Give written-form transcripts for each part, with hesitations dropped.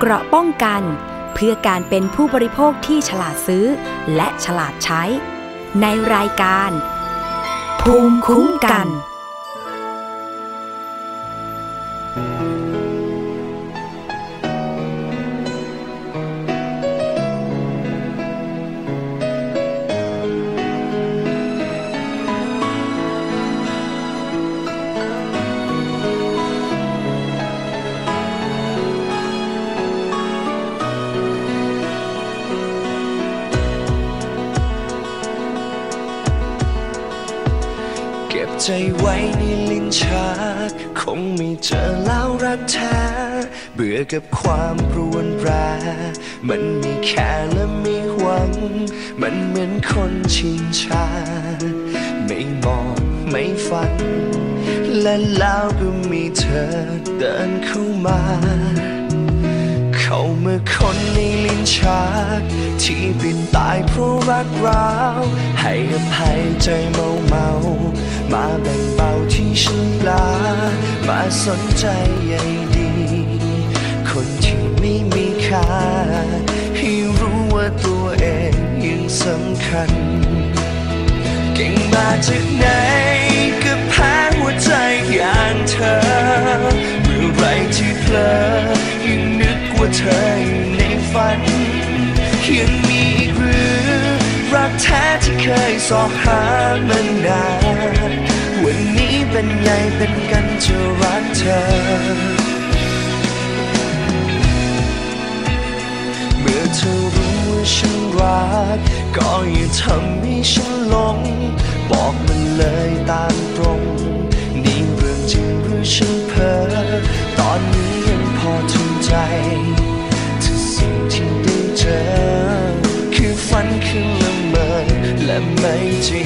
เกราะป้องกันเพื่อการเป็นผู้บริโภคที่ฉลาดซื้อและฉลาดใช้ในรายการภูมิคุ้มกันใจไว้ในลิ้นชักคงไม่เจอแล้วรักแท้เบื่อกับความรวนแรามันมีแค่และไม่หวังมันเหมือนคนชินชาไม่มองไม่ฟังและแล้วก็มีเธอเดินเข้ามาเข้ามาคนในลิ้นชักที่เป็นตายเพราะรักร้าวให้อภัยใจเมามาแบ่งเบาที่ฉันลามาสนใจใยดีคนที่ไม่มีค่าให้รู้ว่าตัวเองยังสำคัญเก่งมาจากไหนก็แพ้หัวใจอย่างเธอเมื่อไรที่เพลอยังนึกว่าเธออยู่ในฝันยังมีอีกหรือรักแท้ที่เคยสอบหามานานวันนี้เป็นไงเป็นกันจะรักเธอเมื่อเธอรู้ว่าฉันรักก็อย่าทำให้ฉันหลงบอกมันเลยตามตรงนี่เรื่องจริงหรือฉันเพ้อตอนนี้ยังพอทนใจถ้าสิ่งที่ได้เจอคือฝันคือละเมอและไม่จริง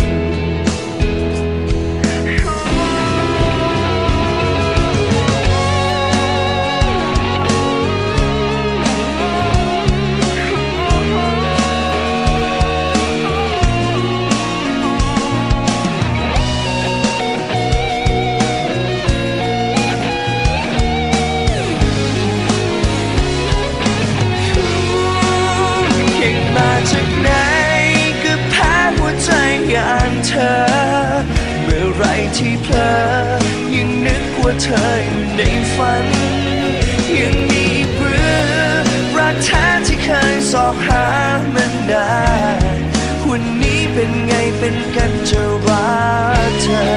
เมื่อไรที่เพลอยังนึกว่าเธออยู่ในฝันยังมีเบื่อรักแท้ที่เคยสอบหามานานวันนี้เป็นไงเป็นกันจะรักเธอ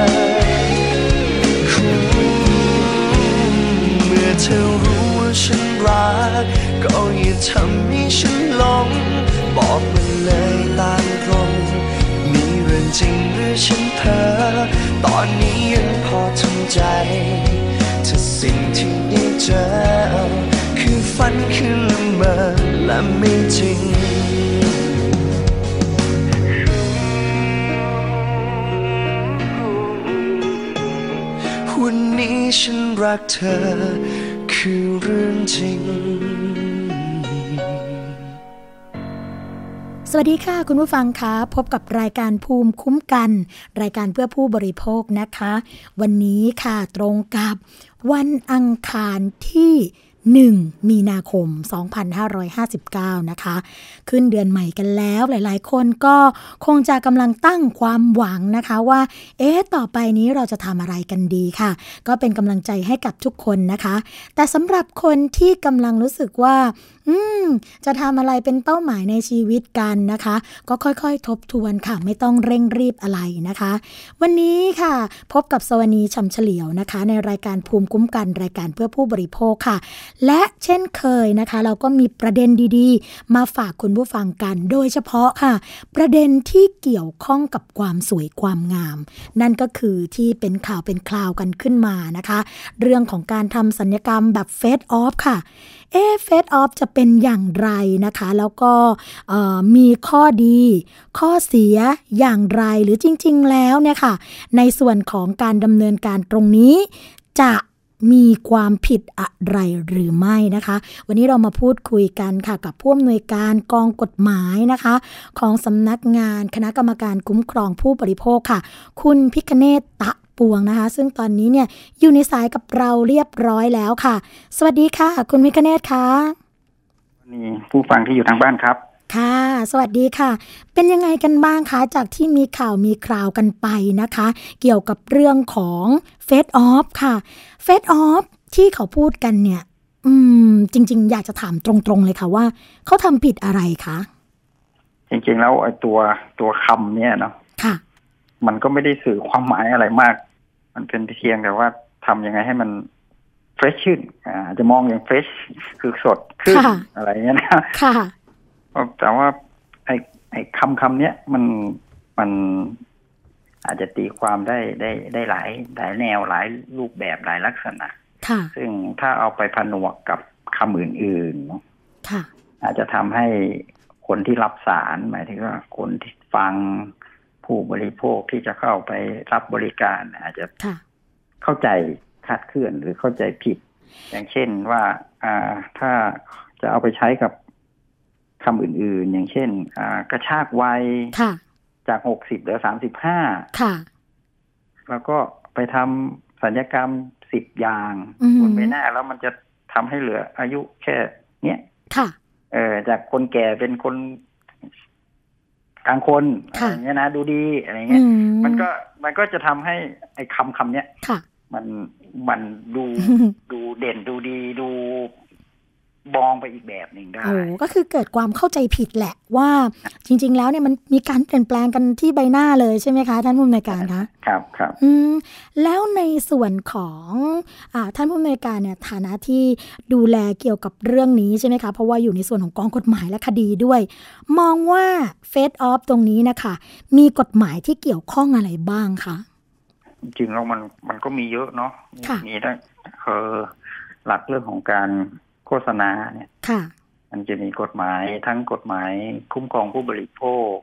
เมื่อเธอรู้ว่าฉันรักก็อย่าทำให้ฉันหลงบอกมันเลยตามตรงจริงหรือฉันเพ้อตอนนี้ยังพอทำใจถ้าสิ่งที่ได้เจอคือฝันคือละเมอและไม่จริงวันนี้ฉันรักเธอคือเรื่องจริงสวัสดีค่ะคุณผู้ฟังคะพบกับรายการภูมิคุ้มกันรายการเพื่อผู้บริโภคนะคะวันนี้ค่ะตรงกับวันอังคารที่1 มีนาคม 2559 นะคะขึ้นเดือนใหม่กันแล้วหลายๆคนก็คงจะกำลังตั้งความหวังนะคะว่าต่อไปนี้เราจะทำอะไรกันดีค่ะก็เป็นกำลังใจให้กับทุกคนนะคะแต่สำหรับคนที่กำลังรู้สึกว่าจะทำอะไรเป็นเป้าหมายในชีวิตกันนะคะก็ค่อยๆทบทวนค่ะไม่ต้องเร่งรีบอะไรนะคะวันนี้ค่ะพบกับสวนีฉ่ำเฉลียวนะคะในรายการภูมิคุ้มกันรายการเพื่อผู้บริโภคค่ะและเช่นเคยนะคะเราก็มีประเด็นดีๆมาฝากคุณผู้ฟังกันโดยเฉพาะค่ะประเด็นที่เกี่ยวข้องกับความสวยความงามนั่นก็คือที่เป็นข่าวเป็นคราวกันขึ้นมานะคะเรื่องของการทำศัลยกรรมแบบเฟซออฟค่ะเฟซออฟจะเป็นอย่างไรนะคะแล้วก็มีข้อดีข้อเสียอย่างไรหรือจริงๆแล้วเนี่ยค่ะในส่วนของการดำเนินการตรงนี้จะมีความผิดอะไรหรือไม่นะคะวันนี้เรามาพูดคุยกันค่ะกับผู้อำนวยการกองกฎหมายนะคะของสำนักงานคณะกรรมการคุ้มครองผู้บริโภคค่ะคุณพิคเนศตะปวงนะคะซึ่งตอนนี้เนี่ยอยู่ในสายกับเราเรียบร้อยแล้วค่ะสวัสดีค่ะคุณพิคเนศค่ะนี่ผู้ฟังที่อยู่ทางบ้านครับค่ะสวัสดีค่ะเป็นยังไงกันบ้างคะจากที่มีข่าวมีคราวกันไปนะคะเกี่ยวกับเรื่องของเฟซออฟค่ะเฟซออฟที่เขาพูดกันเนี่ยจริงๆอยากจะถามตรงๆเลยค่ะว่าเขาทำผิดอะไรคะจริงๆแล้วไอ้ตัวคำเนี่ยเนาะค่ะมันก็ไม่ได้สื่อความหมายอะไรมากมันเป็นเพียงแต่ว่าทำยังไงให้มันเฟรชขึ้นจะมองอย่างเฟรชคือสดขึ้นอะไรเงี้ยนะค่ะแต่ว่าไอ้คำเนี้ยมันอาจจะตีความได้หลายแนวหลายรูปแบบหลายลักษณะซึ่งถ้าเอาไปผนวกกับคำอื่นๆอาจจะทำให้คนที่รับสารหมายถึงว่าคนที่ฟังผู้บริโภคที่จะเข้าไปรับบริการอาจจะเข้าใจคลาดเคลื่อนหรือเข้าใจผิดอย่างเช่นว่าถ้าจะเอาไปใช้กับคำอื่นๆอย่างเช่นกระชากวัยจาก60เหลือ35แล้วก็ไปทำศัลยกรรม10อย่างบนใบหน้าแล้วมันจะทำให้เหลืออายุแค่เนี้ยจากคนแก่เป็นคนกลางคนอะไรเงี้ยนะดูดีอะไรเงี้ยมันก็จะทำให้ไอ้คำเนี้ยมันดูเด่นดูดีดูมองไปอีกแบบหนึ่งได้ก็คือเกิดความเข้าใจผิดแหละว่าจริงๆแล้วเนี่ยมันมีการเปลี่ยนแปลงกันที่ใบหน้าเลยใช่ไหมคะท่านผู้อำนวยการคะครับแล้วในส่วนของท่านผู้อำนวยการเนี่ยฐานะที่ดูแลเกี่ยวกับเรื่องนี้ใช่ไหมคะเพราะว่าอยู่ในส่วนของกองกฎหมายและคดีด้วยมองว่าเฟซออฟตรงนี้นะคะมีกฎหมายที่เกี่ยวข้องอะไรบ้างคะจริงๆแล้วมันก็มีเยอะเนาะมีทั้งหลักเรื่องของการโฆษณาเนี่ยมันจะมีกฎหมายทั้งกฎหมายคุ้มครองผู้บริโภค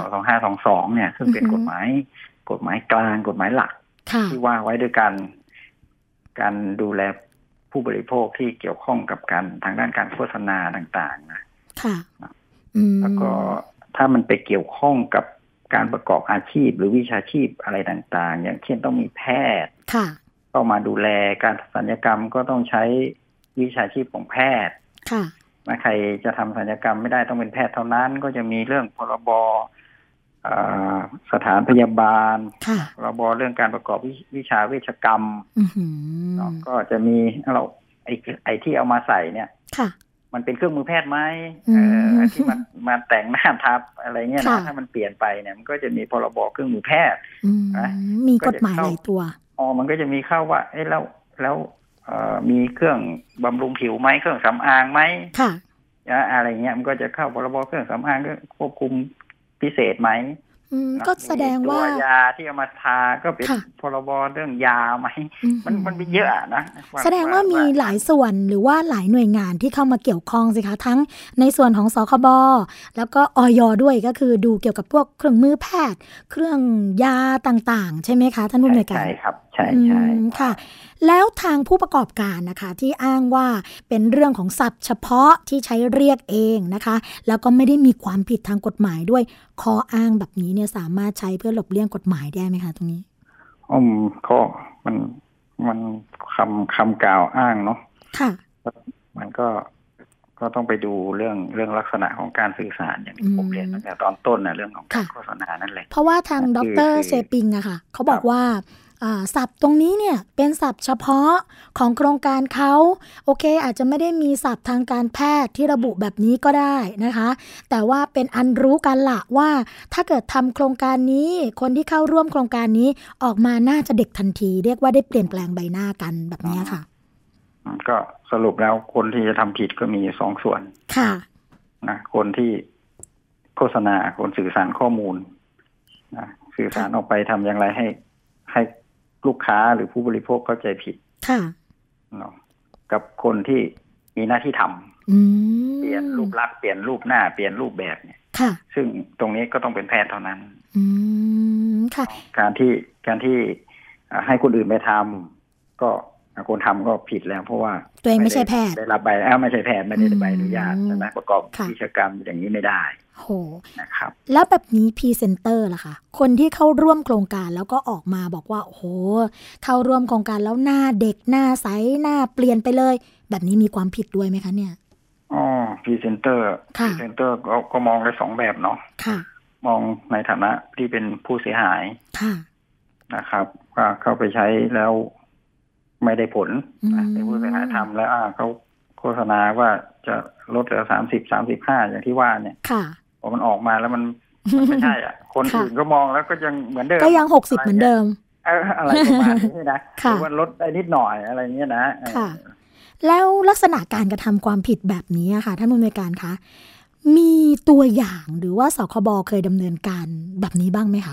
2522เนี่ยซึ่งเป็นกฎหมายกลางกฎหมายหลักที่ว่าไว้ด้วยการดูแลผู้บริโภคที่เกี่ยวข้องกับการทางด้านการโฆษณาต่างๆนะแล้วก็ถ้ามันไปเกี่ยวข้องกับการประกอบอาชีพหรือวิชาชีพอะไรต่างๆอย่างเช่นต้องมีแพทย์เข้ามาดูแลการศัลยกรรมก็ต้องใช้วิชาชีพของแพทย์ใครจะทำศัลยกรรมไม่ได้ต้องเป็นแพทย์เท่านั้นก็จะมีเรื่องพรบสถานพยาบาลพรบเรื่องการประกอบวิชาเวชกรรมก็จะมีเราไอ้ที่เอามาใส่เนี่ยมันเป็นเครื่องมือแพทย์ไหมที่มันมาแต่งหน้าทับอะไรเงี้ยนะถ้ามันเปลี่ยนไปเนี่ยมันก็จะมีพรบเครื่องมือแพทย์มีกฎหมายหลายตัวมันก็จะมีเข้าว่าแล้วมีเครื่องบำรุงผิวไหมเครื่องสำอางไหมอะไรเงี้ยมันก็จะเข้าพรบเครื่องสำอางก็ควบคุมพิเศษไหมก็แสดงว่าตัวยาที่เอามาทาก็เป็นพรบเรื่องยาไหมมันมีเยอะนะแสดงว่ามีหลายส่วนหรือว่าหลายหน่วยงานที่เข้ามาเกี่ยวข้องสิคะทั้งในส่วนของสคบแล้วก็อย.ด้วยก็คือดูเกี่ยวกับพวกเครื่องมือแพทย์เครื่องยาต่างๆใช่ไหมคะท่านผู้อำนวยการใช่ครับใช่ค่ะแล้วทางผู้ประกอบการนะคะที่อ้างว่าเป็นเรื่องของศัพท์เฉพาะที่ใช้เรียกเองนะคะแล้วก็ไม่ได้มีความผิดทางกฎหมายด้วยข้ออ้างแบบนี้เนี่ยสามารถใช้เพื่อหลบเลี่ยงกฎหมายได้ไหมคะตรงนี้ก็มันคำกล่าวอ้างเนาะค่ะมันก็ต้องไปดูเรื่องลักษณะของการสื่อสารอย่างที่ผมเรียนตั้งแต่ตอนต้นนะเรื่องของการโฆษณานั่นแหละเพราะว่าทางดร.เซปิงอะค่ะเขาบอกว่าศัพท์ตรงนี้เนี่ยเป็นศัพท์เฉพาะของโครงการเขาโอเคอาจจะไม่ได้มีศัพท์ทางการแพทย์ที่ระบุแบบนี้ก็ได้นะคะแต่ว่าเป็นอันรู้กันละว่าถ้าเกิดทำโครงการนี้คนที่เข้าร่วมโครงการนี้ออกมาน่าจะเด็กทันทีเรียกว่าได้เปลี่ยนแปลงใบหน้ากันแบบนี้ค่ะก็สรุปแล้วคนที่จะทำผิดก็มี2ส่วนค่ะนะคนที่โฆษณาคนสื่อสารข้อมูลนะสื่อสารออกไปทำอย่างไรให้ลูกค้าหรือผู้บริโภคเข้าใจผิดเนาะกับคนที่มีหน้าที่ทำเปลี่ยนรูปลักษณ์เปลี่ยนรูปหน้าเปลี่ยนรูปแบบเนี่ยซึ่งตรงนี้ก็ต้องเป็นแพทย์เท่านั้นการที่ให้คนอื่นไปทำก็คนทำก็ผิดแล้วเพราะว่าตัวเองไม่ใช่แพทย์ได้รับใบไม่ใช่แพทย์ไม่ได้ใบอนุญาตใช่ไหมประกอบวิชาการอย่างนี้ไม่ได้โหนะครับแล้วแบบนี้พรีเซนเตอร์ล่ะคะคนที่เข้าร่วมโครงการแล้วก็ออกมาบอกว่าโอ้โหเข้าร่วมโครงการแล้วหน้าเด็กหน้าใสหน้าเปลี่ยนไปเลยแบบนี้มีความผิดด้วยไหมคะเนี่ยพรีเซนเตอร์ก็มองได้2แบบเนาะมองในฐานะที่เป็นผู้เสียหายนะครับว่าเข้าไปใช้แล้วไม่ได้ผลเป็นผู้เสียหายทำแล้วเขาโฆษณาว่าจะลดเหลือ30-35อย่างที่ว่าเนี่ยพอมันออกมาแล้วมันไม่ใช่อ่ะคนอื่นก็มองแล้วก็ยังเหมือนเดิมก็ยัง60เหมือนเดิมอะไรประมาณนี้นะหรือว่าลดได้นิดหน่อยอะไรเงี้ยนะแล้วลักษณะการกระทำความผิดแบบนี้ค่ะท่านผู้อำนวยการคะมีตัวอย่างหรือว่าสคบเคยดำเนินการแบบนี้บ้างไหมคะ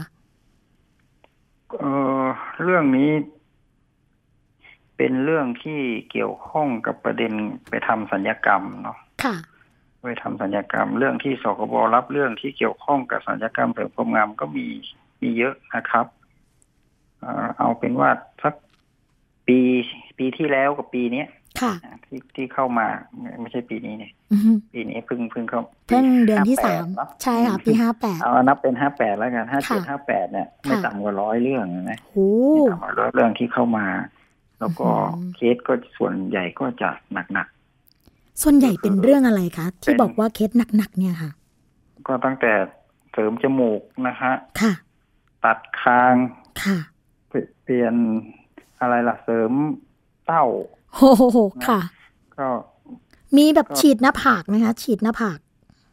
เรื่องนี้เป็นเรื่องที่เกี่ยวข้องกับประเด็นไปทำสัญญกรรมเนาะไปทำสัญญกรรมเรื่องที่สคบรับเรื่องที่เกี่ยวข้องกับสัญญกรรมเสริมความงามก็มีเยอะนะครับเอาเป็นว่าสักปีที่แล้วกับปีนี้ที่เข้ามาไม่ใช่ปีนี้เนี่ยปีนี้เพิ่งเข้าเดือนที่3ใช่ค่ะปี58 เอานับเป็น58แล้วกัน57 58เนี่ยไม่ต่ำกว่า100เรื่องนะไม่ต่ำกว่า100เรื่องที่เข้ามาแล้วก็เคสก็ส่วนใหญ่ก็จะหนักส่วนใหญ่เป็นเรื่องอะไรคะที่บอกว่าเคสหนักๆเนี่ยค่ะก็ตั้งแต่เสริมจมูกนะคะตัดคางเปลี่ยนอะไรล่ะเสริมเต้าโอ้โหค่ะก็มีแบบฉีดหน้าผากไหมคะฉีดหน้าผาก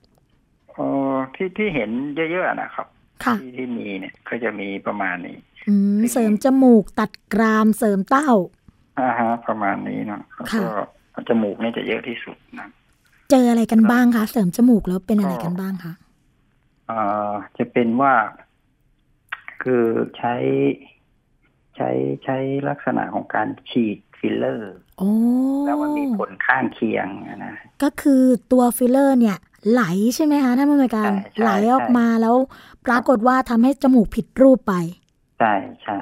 ที่เห็นเยอะๆนะครับที่มีเนี่ยก็จะมีประมาณนี้เสริมจมูกตัดกรามเสริมเต้าประมาณนี้เนาะก็จมูกนี่จะเยอะที่สุดนะเจออะไรกันบ้างคะเสริมจมูกแล้วเป็นอะไรกันบ้างคะจะเป็นว่าคือใช้ลักษณะของการฉีดฟิลเลอร์แล้วมันมีผลข้างเคียงนะก็คือตัวฟิลเลอร์เนี่ยไหลใช่ไหมคะท่านผู้อำนวยการไหลออกมาแล้วปรากฏว่าทำให้จมูกผิดรูปไปใช่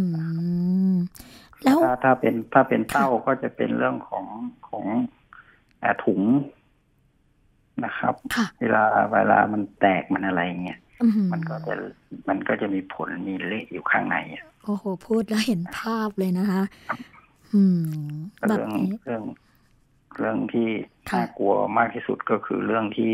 แล้วถ้าเป็นเต้าก็จะเป็นเรื่องของถุงนะครับเวลามันแตกมันอะไรเงี้ยมันก็จะมีผลมีเละอยู่ข้างในโอ้โหพูดแล้วเห็นภาพเลยนะคะแบบนี้เรื่องที่น่ากลัวมากที่สุดก็คือเรื่องที่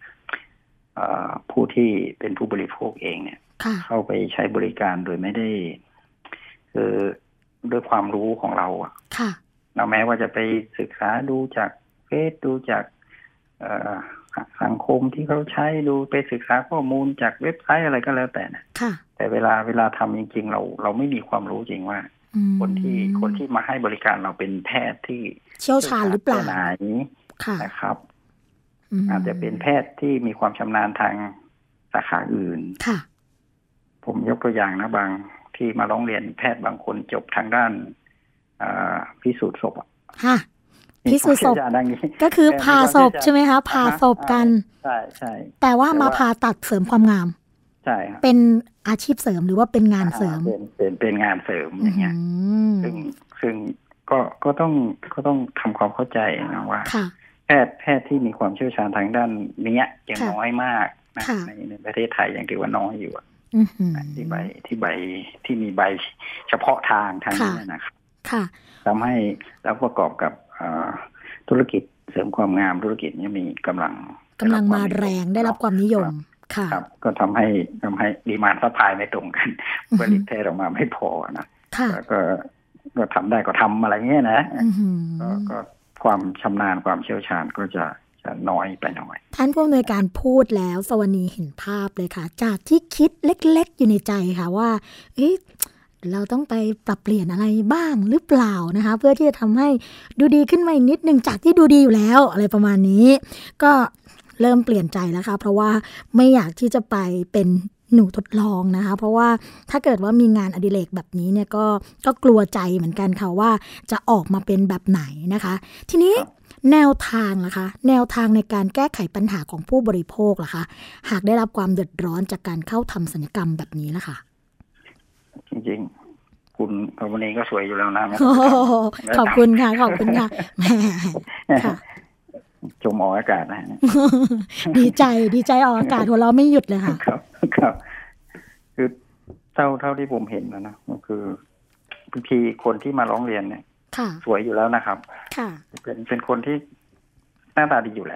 ผู้ที่เป็นผู้บริโภคเองเนี่ยเข้าไปใช้บริการโดยไม่ได้คือด้วยความรู้ของเราเราแม้ว่าจะไปศึกษาดูจากเฟซดูจากสังคมที่เขาใช้ดูไปศึกษาข้อมูลจากเว็บไซต์อะไรก็แล้วแต่นะแต่เวลาทำจริงๆเราไม่มีความรู้จริงว่าคนที่มาให้บริการเราเป็นแพทย์ที่เชี่ยวชาญหรือเปล่านะครับอาจจะเป็นแพทย์ที่มีความชำนาญทางสาขาอื่นผมยกตัวอย่างนะบางที่มาร้องเรียนแพทย์บางคนจบทางด้านพิสูจน์ศพพิสูจน์ศพก็คือผ่าศพใช่ไหมคะผ่าศพกันใช่แต่ว่ามาผ่าตัดเสริมความงามใช่เป็นอาชีพเสริมหรือว่าเป็นงานเสริมเป็นงานเสริมอย่างเงี้ยซึ่งก็ต้องทำความเข้าใจนะว่าแพทย์ที่มีความเชี่ยวชาญทางด้านนี้ยังน้อยมากนะในประเทศไทยยังถือว่าน้อยอยู่ที่มีใบเฉพาะทางนี้นะครับทำให้แล้วประกอบกับธุรกิจเสริมความงามธุรกิจนี้มีกำลังมาแรงได้รับความนิยมครับก็ทำให้ดีมานด์ซัพพลายไม่ตรงกันผลิตแท้ออกมาไม่พอนะก็ทำได้ก็ทำอะไรเงี้ยนะก็ความชำนาญความเชี่ยวชาญก็จะน้อยไปหน่อยท่านผู้อำนวยการพูดแล้วสวนีเห็นภาพเลยค่ะจากที่คิดเล็กๆอยู่ในใจค่ะว่าเราต้องไปปรับเปลี่ยนอะไรบ้างหรือเปล่านะคะเพื่อที่จะทำให้ดูดีขึ้นมาอีกนิดนึงจากที่ดูดีอยู่แล้วอะไรประมาณนี้ก็เริ่มเปลี่ยนใจแล้วค่ะเพราะว่าไม่อยากที่จะไปเป็นหนูทดลองนะคะเพราะว่าถ้าเกิดว่ามีงานอดิเรกแบบนี้เนี่ยก็กลัวใจเหมือนกันค่ะว่าจะออกมาเป็นแบบไหนนะคะทีนี้แนวทางล่ะคะแนวทางในการแก้ไขปัญหาของผู้บริโภคล่ะคะหากได้รับความเดือดร้อนจากการเข้าทำศัลยกรรมแบบนี้ล่ะค่ะจริงๆคุณพวันนี้ก็สวยอยู่แล้วนะขอบคุณค่ะขอบคุณค่ะแม่ค่ะชมออกอากาศนะดีใจออกอากาศของเราไม่หยุดเลยค่ะครับคือเท่าที่ผมเห็นนะก็คือบางทีคนที่มาร้องเรียนเนี่ยสวยอยู่แล้วนะครับเป็นคนที่หน้าตาดีอยู่แล้ว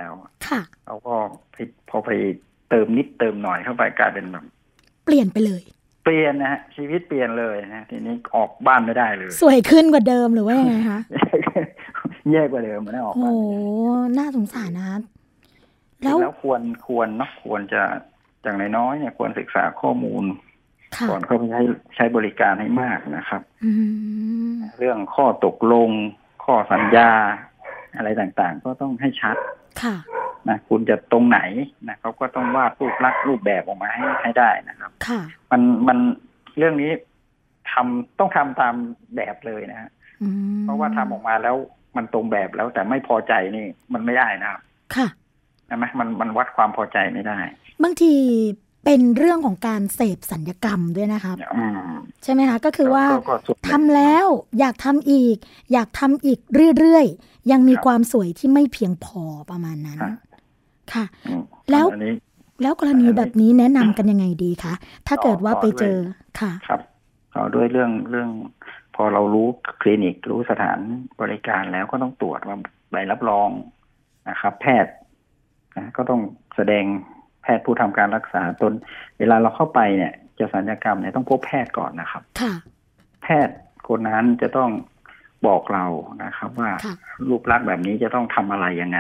ค่ะเขาก็พอไปเติมนิดเติมหน่อยเข้าไปกลายเป็นแบบเปลี่ยนไปเลยเปลี่ยนนะฮะชีวิตเปลี่ยนเลยนะทีนี้ออกบ้านไม่ได้เลยสวยขึ้นกว่าเดิมหรือว่ายังไงคะแย่กว่าเดิมไม่ได้ออกบ้านโอ้น่าสงสารนะแล้วควรเนาะควรจะอย่างน้อยๆเนี่ยควรศึกษาข้อมูลก่อนเข้าไปใช้บริการให้มากนะครับเรื่องข้อตกลงข้อสัญญาอะไรต่างๆก็ต้องให้ชัดนะคุณจะตรงไหนนะเขาก็ต้องวาดรูปแบบออกมาให้ได้นะครับมันเรื่องนี้ต้องทำตามแบบเลยนะฮะเพราะว่าทำออกมาแล้วมันตรงแบบแล้วแต่ไม่พอใจนี่มันไม่ได้นะครับค่ะใช่ไหมมันวัดความพอใจไม่ได้บางทีเป็นเรื่องของการเสพสัญญกรรมด้วยนะครับใช่ไหมคะก็คือว่าทำแล้วอยากทำอีกเรื่อยๆยังมีความสวยที่ไม่เพียงพอประมาณนั้นค่ะแล้วกรณีแบบนี้แนะนำกันยังไงดีคะถ้าเกิดว่าไปเจอค่ะครับต่อด้วยเรื่องพอเรารู้คลินิกรู้สถานบริการแล้วก็ต้องตรวจว่าใบรับรองนะครับแพทย์นะก็ต้องแสดงแพทย์ผู้ทำการรักษาตนเวลาเราเข้าไปเนี่ยจะศัลยกรรมเนี่ยต้องพบแพทย์ก่อนนะครับแพทย์คนนั้นจะต้องบอกเรานะครับว่ารูปลักษณ์แบบนี้จะต้องทำอะไรยังไง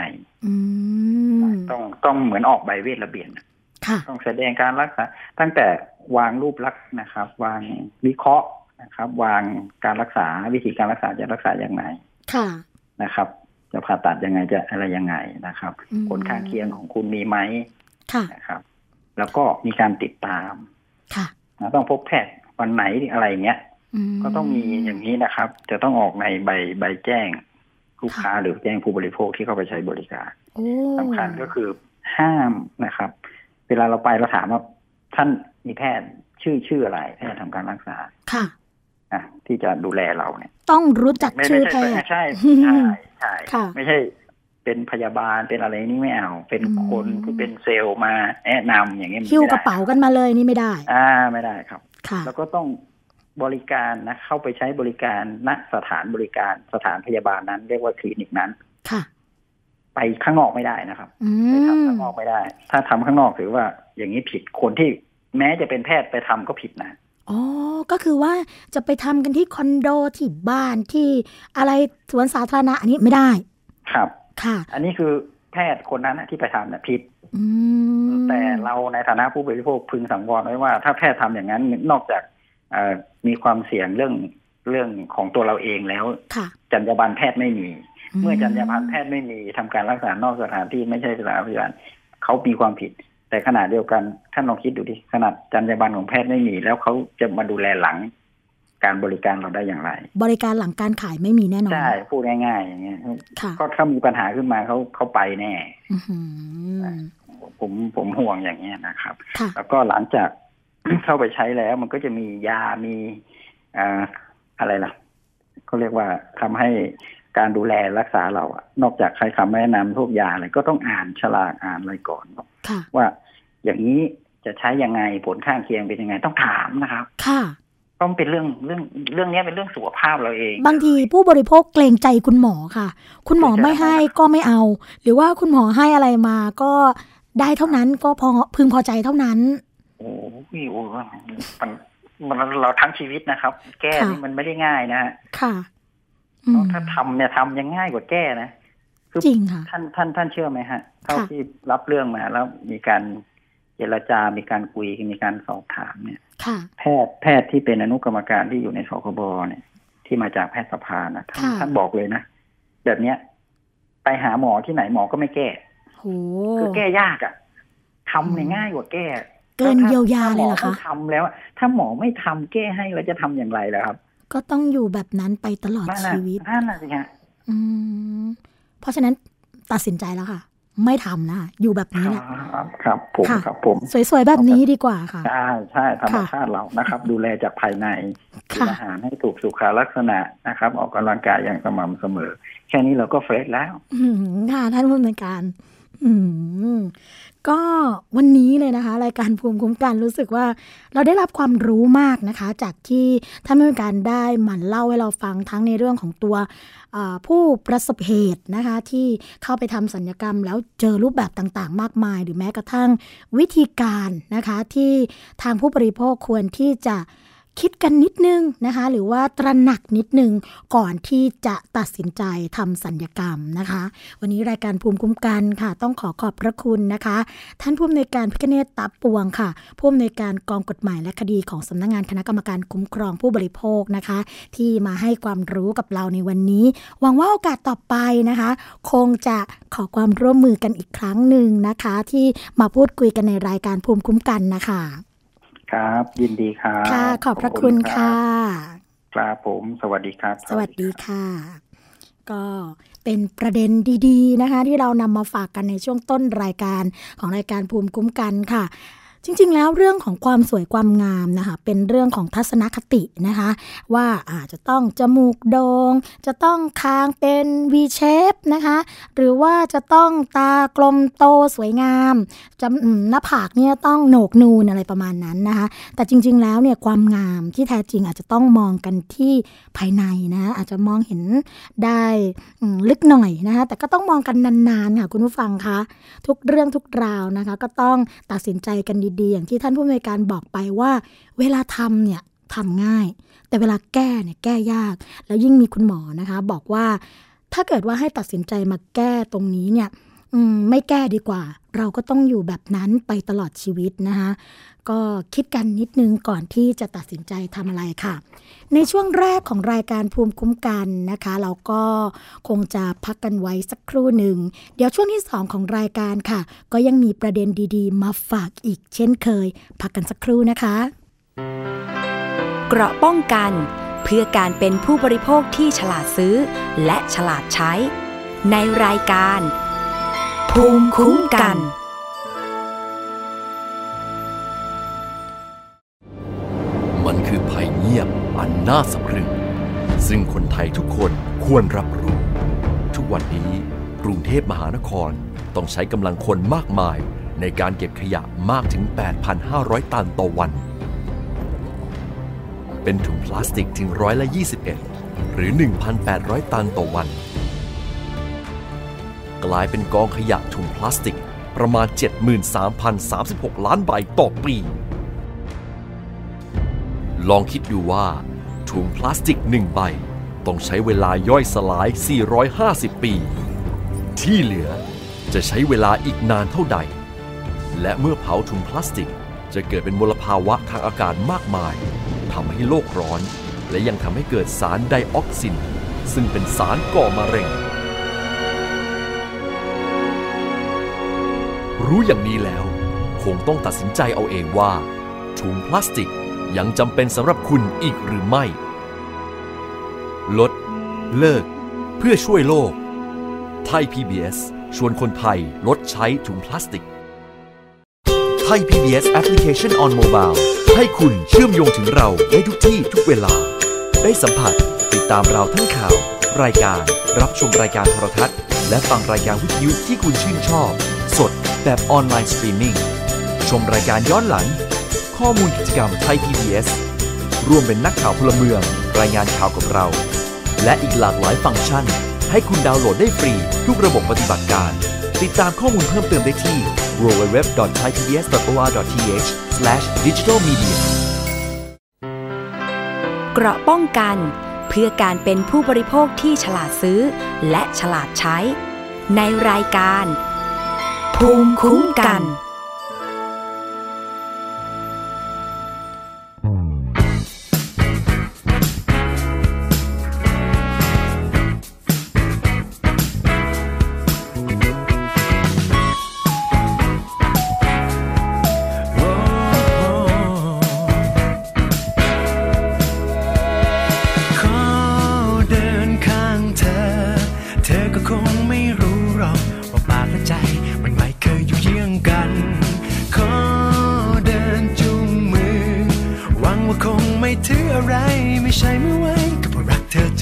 ต้องเหมือนออกใบเวชระเบียนต้องแสดงการรักษาตั้งแต่วางรูปลักษณ์นะครับวางวิเคราะห์นะครับวางการรักษาวิธีการรักษาจะรักษาอย่างไรนะครับจะผ่าตัดยังไงจะอะไรยังไงนะครับผลข้างเคียงของคุณมีไหมนะครับแล้วก็มีการติดตามต้องพบแพทย์วันไหนอะไรเงี้ยก็ต้องมีอย่างนี้นะครับจะต้องออกในใบแจ้งลูกค้าหรือแจ้งผู้บริโภคที่เข้าไปใช้บริการสำคัญก็คือห้ามนะครับเวลาเราไปเราถามว่าท่านมีแพทย์ชื่ออะไรแพทย์ทำการรักษาที่จะดูแลเราเนี่ยต้องรู้จักชื่อแพทย์ใช่ไม่ใช่เป็นพยาบาลเป็นอะไรนี่ไม่เอาเป็นคนที่เป็นเซลล์มาแนะนำอย่างเงี้ยหิ้วกระเป๋ากันมาเลยนี่ไม่ได้ไม่ได้ครับแล้วก็ต้องบริการนะเข้าไปใช้บริการณสถานบริการสถานพยาบาลนั้นเรียกว่าคลินิกนั้นไปข้างนอกไม่ได้นะครับไปทำข้างนอกไม่ได้ถ้าทำข้างนอกถือว่าอย่างนี้ผิดคนที่แม้จะเป็นแพทย์ไปทำก็ผิดนะอ๋อก็คือว่าจะไปทำกันที่คอนโดที่บ้านที่อะไรสวนสาธารณะอันนี้ไม่ได้ครับค่ะอันนี้คือแพทย์คนนั้นที่ไปทำเนี่ยผิดแต่เราในฐานะผู้บริโภคพึงสังวรไว้ว่าถ้าแพทย์ทำอย่างนั้นนอกจากมีความเสี่ยงเรื่องของตัวเราเองแล้วจรรยาบรรณแพทย์ไม่มีเมื่อจรรยาบรรณแพทย์ไม่มีทำการรักษานอกสถานที่ไม่ใช่สถานพยาบาลเขามีความผิดแต่ขณะเดียวกันท่านลองคิดดูดิขนาดจรรยาบรรณของแพทย์ไม่มีแล้วเขาจะมาดูแลหลังการบริการเราได้อย่างไรบริการหลังการขายไม่มีแน่นอนใช่พูดง่ายๆอย่างเงี้ยก็ถ้ามีปัญหาขึ้นมาเขาไปแน่ผมห่วงอย่างเงี้ยนะครับแล้วก็หลังจากเข้าไปใช้แล้วมันก็จะมียามีอะไรล่ะเขาเรียกว่าทำให้การดูแลรักษาเรานอกจากใช้คำแนะนำพวกยาอะไรก็ต้องอ่านฉลากอ่านอะไรก่อนว่าอย่างนี้จะใช้ยังไงผลข้างเคียงเป็นยังไงต้องถามนะครับต้องเป็นเรื่องนี้เป็นเรื่องสุขภาพเราเองบางทีผู้บริโภคเกรงใจคุณหมอค่ะคุณหมอไม่ให้ก็ไม่เอาหรือว่าคุณหมอให้อะไรมาก็ได้เท่านั้นก็พึงพอใจเท่านั้นโอ้โหมันเราทั้งชีวิตนะครับแก้นี่มันไม่ได้ง่ายนะฮะค่ะถ้าทำเนี่ยทำยังง่ายกว่าแก้นะจริงค่ะท่านเชื่อไหมฮะเท่าที่รับเรื่องมาแล้วมีการเจรจามีการคุยมีการสอบถามเนี่ยแพทย์ที่เป็นอนุกรรมการที่อยู่ในสคบเนี่ยที่มาจากแพทยสภานะท่านบอกเลยนะแบบเนี้ยไปหาหมอที่ไหนหมอก็ไม่แก้คือแก้ยากทำเนี่ยง่ายกว่าแก้เกินเยียวยาเลยเหรอคะทำแล้วถ้าหมอไม่ทำแก้ให้แล้วจะทำอย่างไรล่ะครับก็ต้องอยู่แบบนั้นไปตลอดชีวิตนั่นน่ะสิฮะเพราะฉะนั้นตัดสินใจแล้วค่ะไม่ทำนะอยู่แบบนี้แหละครับผมสวยๆแบบนี้ดีกว่าค่ะใช่ธรรมชาติเรานะครับดูแลจากภายในกินอาหารให้ถูกสุขลักษณะนะครับออกกำลังกายอย่างสม่ำเสมอแค่นี้เราก็เฟรชแล้วค่ะท่านผู้อำนวยการก็วันนี้เลยนะคะรายการภูมิคุ้มกันรู้สึกว่าเราได้รับความรู้มากนะคะจากที่ท่านผู้การได้หมั่นเล่าให้เราฟังทั้งในเรื่องของตัวผู้ประสบเหตุนะคะที่เข้าไปทำศัลยกรรมแล้วเจอรูปแบบต่างๆมากมายหรือแม้กระทั่งวิธีการนะคะที่ทางผู้บริโภคควรที่จะคิดกันนิดนึงนะคะหรือว่าตระหนักนิดนึงก่อนที่จะตัดสินใจทำศัลยกรรมนะคะวันนี้รายการภูมิคุ้มกันค่ะต้องขอบพระคุณนะคะท่านผู้อำนวยการพิฆเนศตับปวงค่ะผู้อำนวยการกองกฎหมายและคดีของสำนักงานคณะกรรมการคุ้มครองผู้บริโภคนะคะที่มาให้ความรู้กับเราในวันนี้หวังว่าโอกาสต่อไปนะคะคงจะขอความร่วมมือกันอีกครั้งหนึ่งนะคะที่มาพูดคุยกันในรายการภูมิคุ้มกันนะคะครับยินดีครับค่ะขอบพระคุณค่ะครับผมสวัสดีครับสวัสดีค่ะก็เป็นประเด็นดีๆนะคะที่เรานำมาฝากกันในช่วงต้นรายการของรายการภูมิคุ้มกันค่ะจริงๆแล้วเรื่องของความสวยความงามนะคะเป็นเรื่องของทัศนคตินะคะว่าจะต้องจมูกโด่งจะต้องคางเป็น V shape นะคะหรือว่าจะต้องตากลมโตสวยงามหน้าผากเนี่ยต้องโหนกนูนอะไรประมาณนั้นนะคะแต่จริงๆแล้วเนี่ยความงามที่แท้จริงอาจจะต้องมองกันที่ภายในนะอาจจะมองเห็นได้ลึกหน่อยนะคะแต่ก็ต้องมองกันนานๆค่ะคุณผู้ฟังคะทุกเรื่องทุกราวนะคะก็ต้องตัดสินใจกันดีอย่างที่ท่านผู้อำนวยการบอกไปว่าเวลาทำเนี่ยทำง่ายแต่เวลาแก้เนี่ยแก้ยากแล้วยิ่งมีคุณหมอนะคะบอกว่าถ้าเกิดว่าให้ตัดสินใจมาแก้ตรงนี้เนี่ยไม่แก้ดีกว่าเราก็ต้องอยู่แบบนั้นไปตลอดชีวิตนะคะก็คิดกันนิดนึงก่อนที่จะตัดสินใจทำอะไรค่ะในช่วงแรกของรายการภูมิคุ้มกันนะคะเราก็คงจะพักกันไว้สักครู่หนึ่งเดี๋ยวช่วงที่2ของรายการค่ะก็ยังมีประเด็นดีๆมาฝากอีกเช่นเคยพักกันสักครู่นะคะเกราะป้องกันเพื่อการเป็นผู้บริโภคที่ฉลาดซื้อและฉลาดใช้ในรายการภูมิคุ้มกันมันคือภัยเงียบอันน่าสะพรึงซึ่งคนไทยทุกคนควรรับรู้ทุกวันนี้กรุงเทพมหานครต้องใช้กำลังคนมากมายในการเก็บขยะมากถึง 8,500 ตันต่อวันเป็นถุงพลาสติกถึง21%หรือ 1,800 ตันต่อวันกลายเป็นกองขยะถุงพลาสติกประมาณ 73,036 ล้านใบต่อปีลองคิดดูว่าถุงพลาสติก1ใบต้องใช้เวลาย่อยสลาย450ปีที่เหลือจะใช้เวลาอีกนานเท่าใดและเมื่อเผาถุงพลาสติกจะเกิดเป็นมลภาวะทางอากาศมากมายทำให้โลกร้อนและยังทำให้เกิดสารไดออกซินซึ่งเป็นสารก่อมะเร็งรู้อย่างนี้แล้วคงต้องตัดสินใจเอาเองว่าถุงพลาสติกยังจำเป็นสำหรับคุณอีกหรือไม่ลดเลิกเพื่อช่วยโลกไทย PBS ชวนคนไทยลดใช้ถุงพลาสติกไทย PBS Application on Mobile ให้คุณเชื่อมโยงถึงเราได้ทุกที่ทุกเวลาได้สัมผัสติดตามเราทั้งข่าวรายการรับชมรายการโทรทัศน์และฟังรายการวิทยุที่คุณชื่นชอบสดแบบออนไลน์สตรีมมิ่งชมรายการย้อนหลังข้อมูลกิจกรรมไทย PBS ร่วมเป็นนักข่าวพลเมืองรายงานข่าวกับเราและอีกหลากหลายฟังก์ชันให้คุณดาวน์โหลดได้ฟรีทุกระบบปฏิบัติการติดตามข้อมูลเพิ่มเติมได้ที่ www.thaipbs.or.th/digitalmedia เกราะป้องกันเพื่อการเป็นผู้บริโภคที่ฉลาดซื้อและฉลาดใช้ในรายการภูมิคุ้มกัน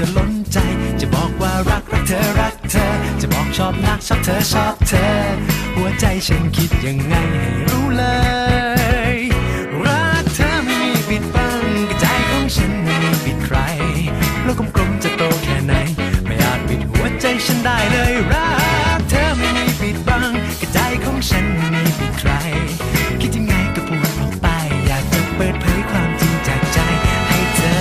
ชอบเธอหัวใจฉันคิดยังไงให้รู้เลยรักเธอไม่มีปิดบังกระใจของฉันไม่มีปิดใครโลกกลมๆจะโตแค่ไหนไม่อาจปิดหัวใจฉันได้เลยรักเธอไม่มีปิดบังกระใจของฉันไม่มีปิดใครคิดยังไงก็พูดออกไปอยากจะเปิดเผยความจริงจากใจให้เธอ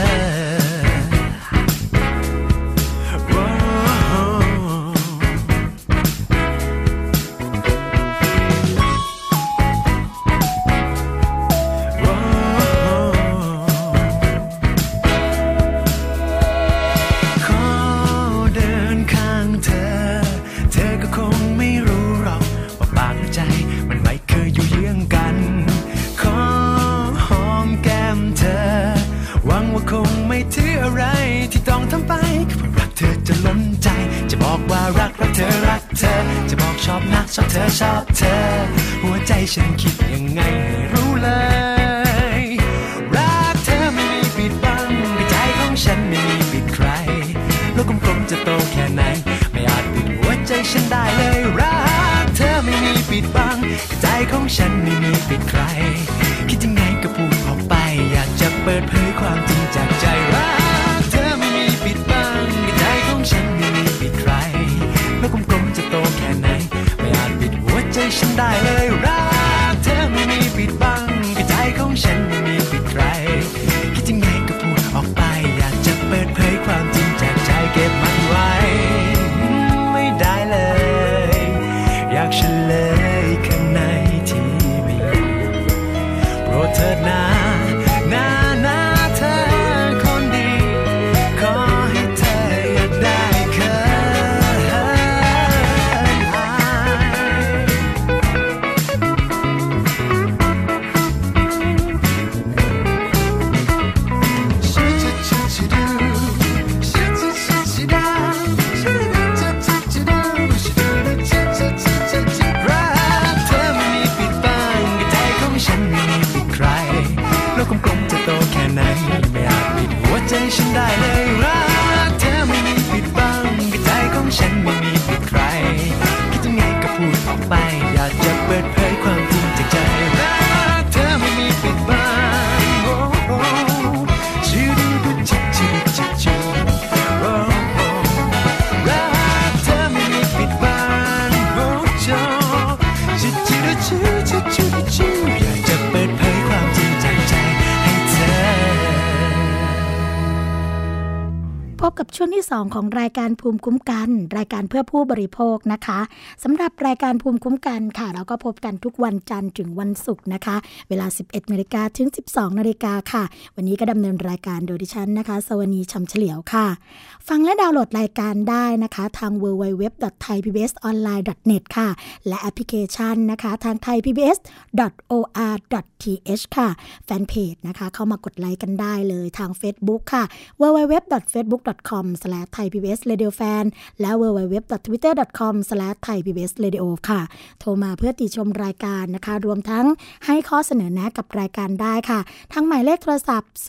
ชอบเธอชอบเธอหัวใจฉันคิดยังไงให้รู้เลยรักเธอไม่มีปิดบังกระใจของฉันไม่มีปิดใครโลกกลมๆจะโตแค่ไหนไม่อาจปิดหัวใจฉันได้เลยรักเธอไม่มีปิดบังกระใจของฉันไม่มีปิดใครคิดยังไงก็พูดออกไปอยากจะเปิดเผยความจริงจากใจรักเธอไม่มีปิดบังกระใจของฉันไม่มีปิดใครโลกกลมๆจะโตแค่ไหนใจฉันได้เลยรักเธอไม่มีปิดบังกระใจของฉันไม่มีปิดใครคิดยังไงก็พูดออกไปอยากจะเปิดเผยความจริงจากใจเก็บมันไว้ไม่ได้เลยอยากเฉลยข้างในที่มีโปรดเถิดนะเธอคนดีขอให้เธออยากได้ฉันได้เลยรักเธอไม่มีปิดบังกระใจของฉันไม่มีปิดใครคิดยังไงก็พูดออกไปอยากจะเปิดเผยความจริงจากใจรักเธอไม่มีปิดบังชื่อดูชื่อรักเธอไม่มีปิดบังชื่ออยากจะเปิดเผยความจริงจากใจให้เธอพบกับช่วงที่2ของรายการภูมิคุ้มกันรายการเพื่อผู้บริโภคนะคะสำหรับรายการภูมิคุ้มกันค่ะเราก็พบกันทุกวันจันทร์ถึงวันศุกร์นะคะเวลา 11:00 นถึง 12:00 นค่ะวันนี้ก็ดำเนินรายการโดยดิฉันนะคะสวนีชำเฉลียวค่ะฟังและดาวน์โหลดรายการได้นะคะทาง www.thaipbsonline.net ค่ะและแอปพลิเคชันนะคะทาง thaipbs.or.th ค่ะแฟนเพจนะคะเข้ามากดไลค์กันได้เลยทาง Facebook ค่ะ www.facebook.com/thaipbsradiofan และ www.twitter.com/thaipbsradio ค่ะโทรมาเพื่อติชมรายการนะคะรวมทั้งให้ข้อเสนอแนะกับรายการได้ค่ะทั้งหมายเลขโทรศัพท์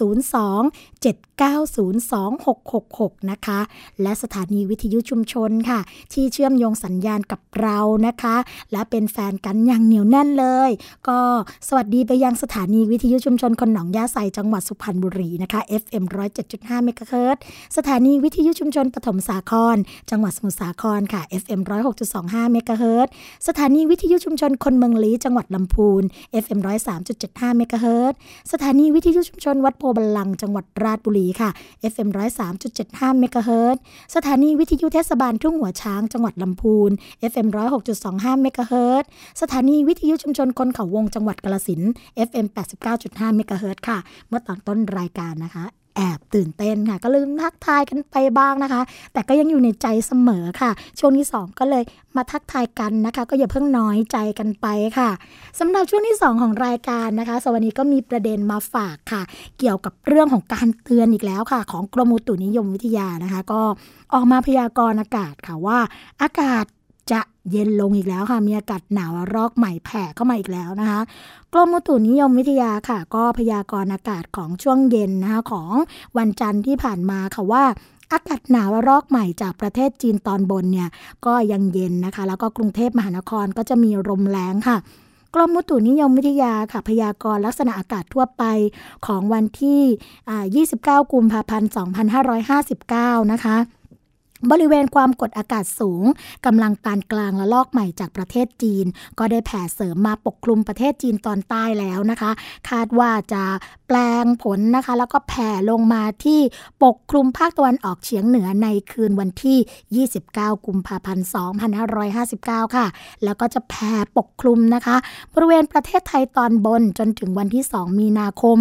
02-7902666นะคะและสถานีวิทยุชุมชนค่ะที่เชื่อมโยงสัญญาณกับเรานะคะและเป็นแฟนกันอย่างเหนียวแน่นเลยก็สวัสดีไปยังสถานีวิทยุชุมชนคนหนองย่าไซจังหวัดสุพรรณบุรีนะคะ FM 107.5 เมกะเฮิรตซ์สถานีวิทยุชุมชนปฐมสาครจังหวัดสมุทรสาครค่ะ FM 106.25 เมกะเฮิรตซ์สถานีวิทยุชุมชนคนเมืองลี้จังหวัดลำพูน FM 103.75 เมกะเฮิรตซ์สถานีวิทยุชุมชนวัดโพบัลลังก์จังหวัดราชบุรีค่ะ FM 103.75 เมกะเฮิรตซ์สถานีวิทยุเทศบาลทุ่งหัวช้างจังหวัดลำพูน FM 106.25 เมกะเฮิรตซ์สถานีวิทยุชุมชนคนเขาวงจังหวัดกาฬสินธุ์ FM 89.5 เมกะเฮิรตซ์ค่ะเมื่อตอนต้นรายการนะคะแอบตื่นเต้นค่ะก็ลืมทักทายกันไปบ้างนะคะแต่ก็ยังอยู่ในใจเสมอค่ะช่วงที่2ก็เลยมาทักทายกันนะคะก็อย่าเพิ่งน้อยใจกันไปค่ะสำหรับช่วงที่2ของรายการนะคะสวัสดีก็มีประเด็นมาฝากค่ะเกี่ยวกับเรื่องของการเตือนอีกแล้วค่ะของกรมอุตุนิยมวิทยานะคะก็ออกมาพยากรณ์อากาศค่ะว่าอากาศจะเย็นลงอีกแล้วค่ะมีอากาศหนาวรอกใหม่แผ่เข้ามาอีกแล้วนะคะกรมอุตุนิยมวิทยาค่ะก็พยากรณ์อากาศของช่วงเย็นนะคะของวันจันทร์ที่ผ่านมาค่ะว่าอากาศหนาวระลอกใหม่จากประเทศจีนตอนบนเนี่ยก็ยังเย็นนะคะแล้วก็กรุงเทพมหานครก็จะมีลมแรงค่ะกรมอุตุนิยมวิทยาค่ะพยากรณ์ลักษณะอากาศทั่วไปของวันที่29 กุมภาพันธ์ 2559 นะคะบริเวณความกดอากาศสูงกำลังปานกลางระลอกใหม่จากประเทศจีนก็ได้แผ่เสริมมาปกคลุมประเทศจีนตอนใต้แล้วนะคะคาดว่าจะแปลงผลนะคะแล้วก็แผ่ลงมาที่ปกคลุมภาคตะวันออกเฉียงเหนือในคืนวันที่29 กุมภาพันธ์ 2559 ค่ะแล้วก็จะแผ่ปกคลุมนะคะบริเวณประเทศไทยตอนบนจนถึงวันที่2 มีนาคม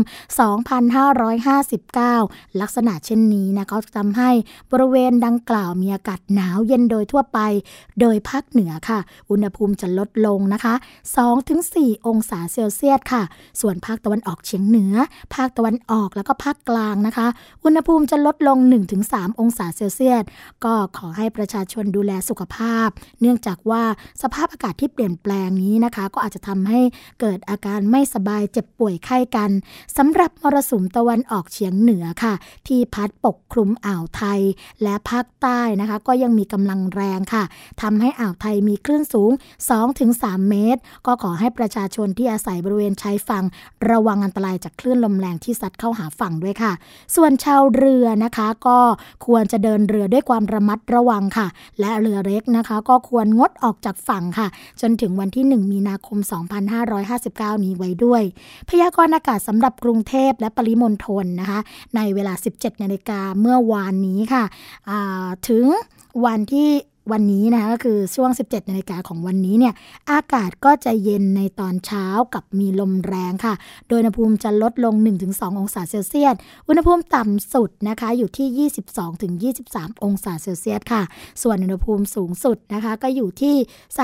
2559 ลักษณะเช่นนี้นะก็จะทำให้บริเวณดังกล่าวมีอากาศหนาวเย็นโดยทั่วไปโดยภาคเหนือค่ะอุณหภูมิจะลดลงนะคะ 2-4 องศาเซลเซียสค่ะส่วนภาคตะวันออกเฉียงเหนือภาคตะวันออกแล้วก็ภาคกลางนะคะอุณหภูมิจะลดลง 1-3 องศาเซลเซียสก็ขอให้ประชาชนดูแลสุขภาพเนื่องจากว่าสภาพอากาศที่เปลี่ยนแปลงนี้นะคะก็อาจจะทำให้เกิดอาการไม่สบายเจ็บป่วยไข้กันสำหรับมรสุมตะวันออกเฉียงเหนือค่ะที่พัดปกคลุมอ่าวไทยและภาคใต้นะคะก็ยังมีกำลังแรงค่ะทำให้อ่าวไทยมีคลื่นสูง 2-3 เมตรก็ขอให้ประชาชนที่อาศัยบริเวณชายฝั่งระวังอันตรายจากคลื่นลมแรงที่ซัดเข้าหาฝั่งด้วยค่ะส่วนชาวเรือนะคะก็ควรจะเดินเรือด้วยความระมัดระวังค่ะและเรือเล็กนะคะก็ควรงดออกจากฝั่งค่ะจนถึงวันที่1 มีนาคม 2559 นี้ไว้ด้วยพยากรณ์อากาศสำหรับกรุงเทพและปริมณฑลนะคะในเวลา 17 นาฬิกาเมื่อวานนี้ค่ะถึงวันนี้นะคะก็คือช่วง 17 นาฬิกาของวันนี้เนี่ยอากาศก็จะเย็นในตอนเช้ากับมีลมแรงค่ะโดยอุณหภูมิจะลดลง 1-2 องศาเซลเซียสอุณหภูมิต่ำสุดนะคะอยู่ที่ 22-23 องศาเซลเซียสค่ะส่วนอุณหภูมิสูงสุดนะคะก็อยู่ที่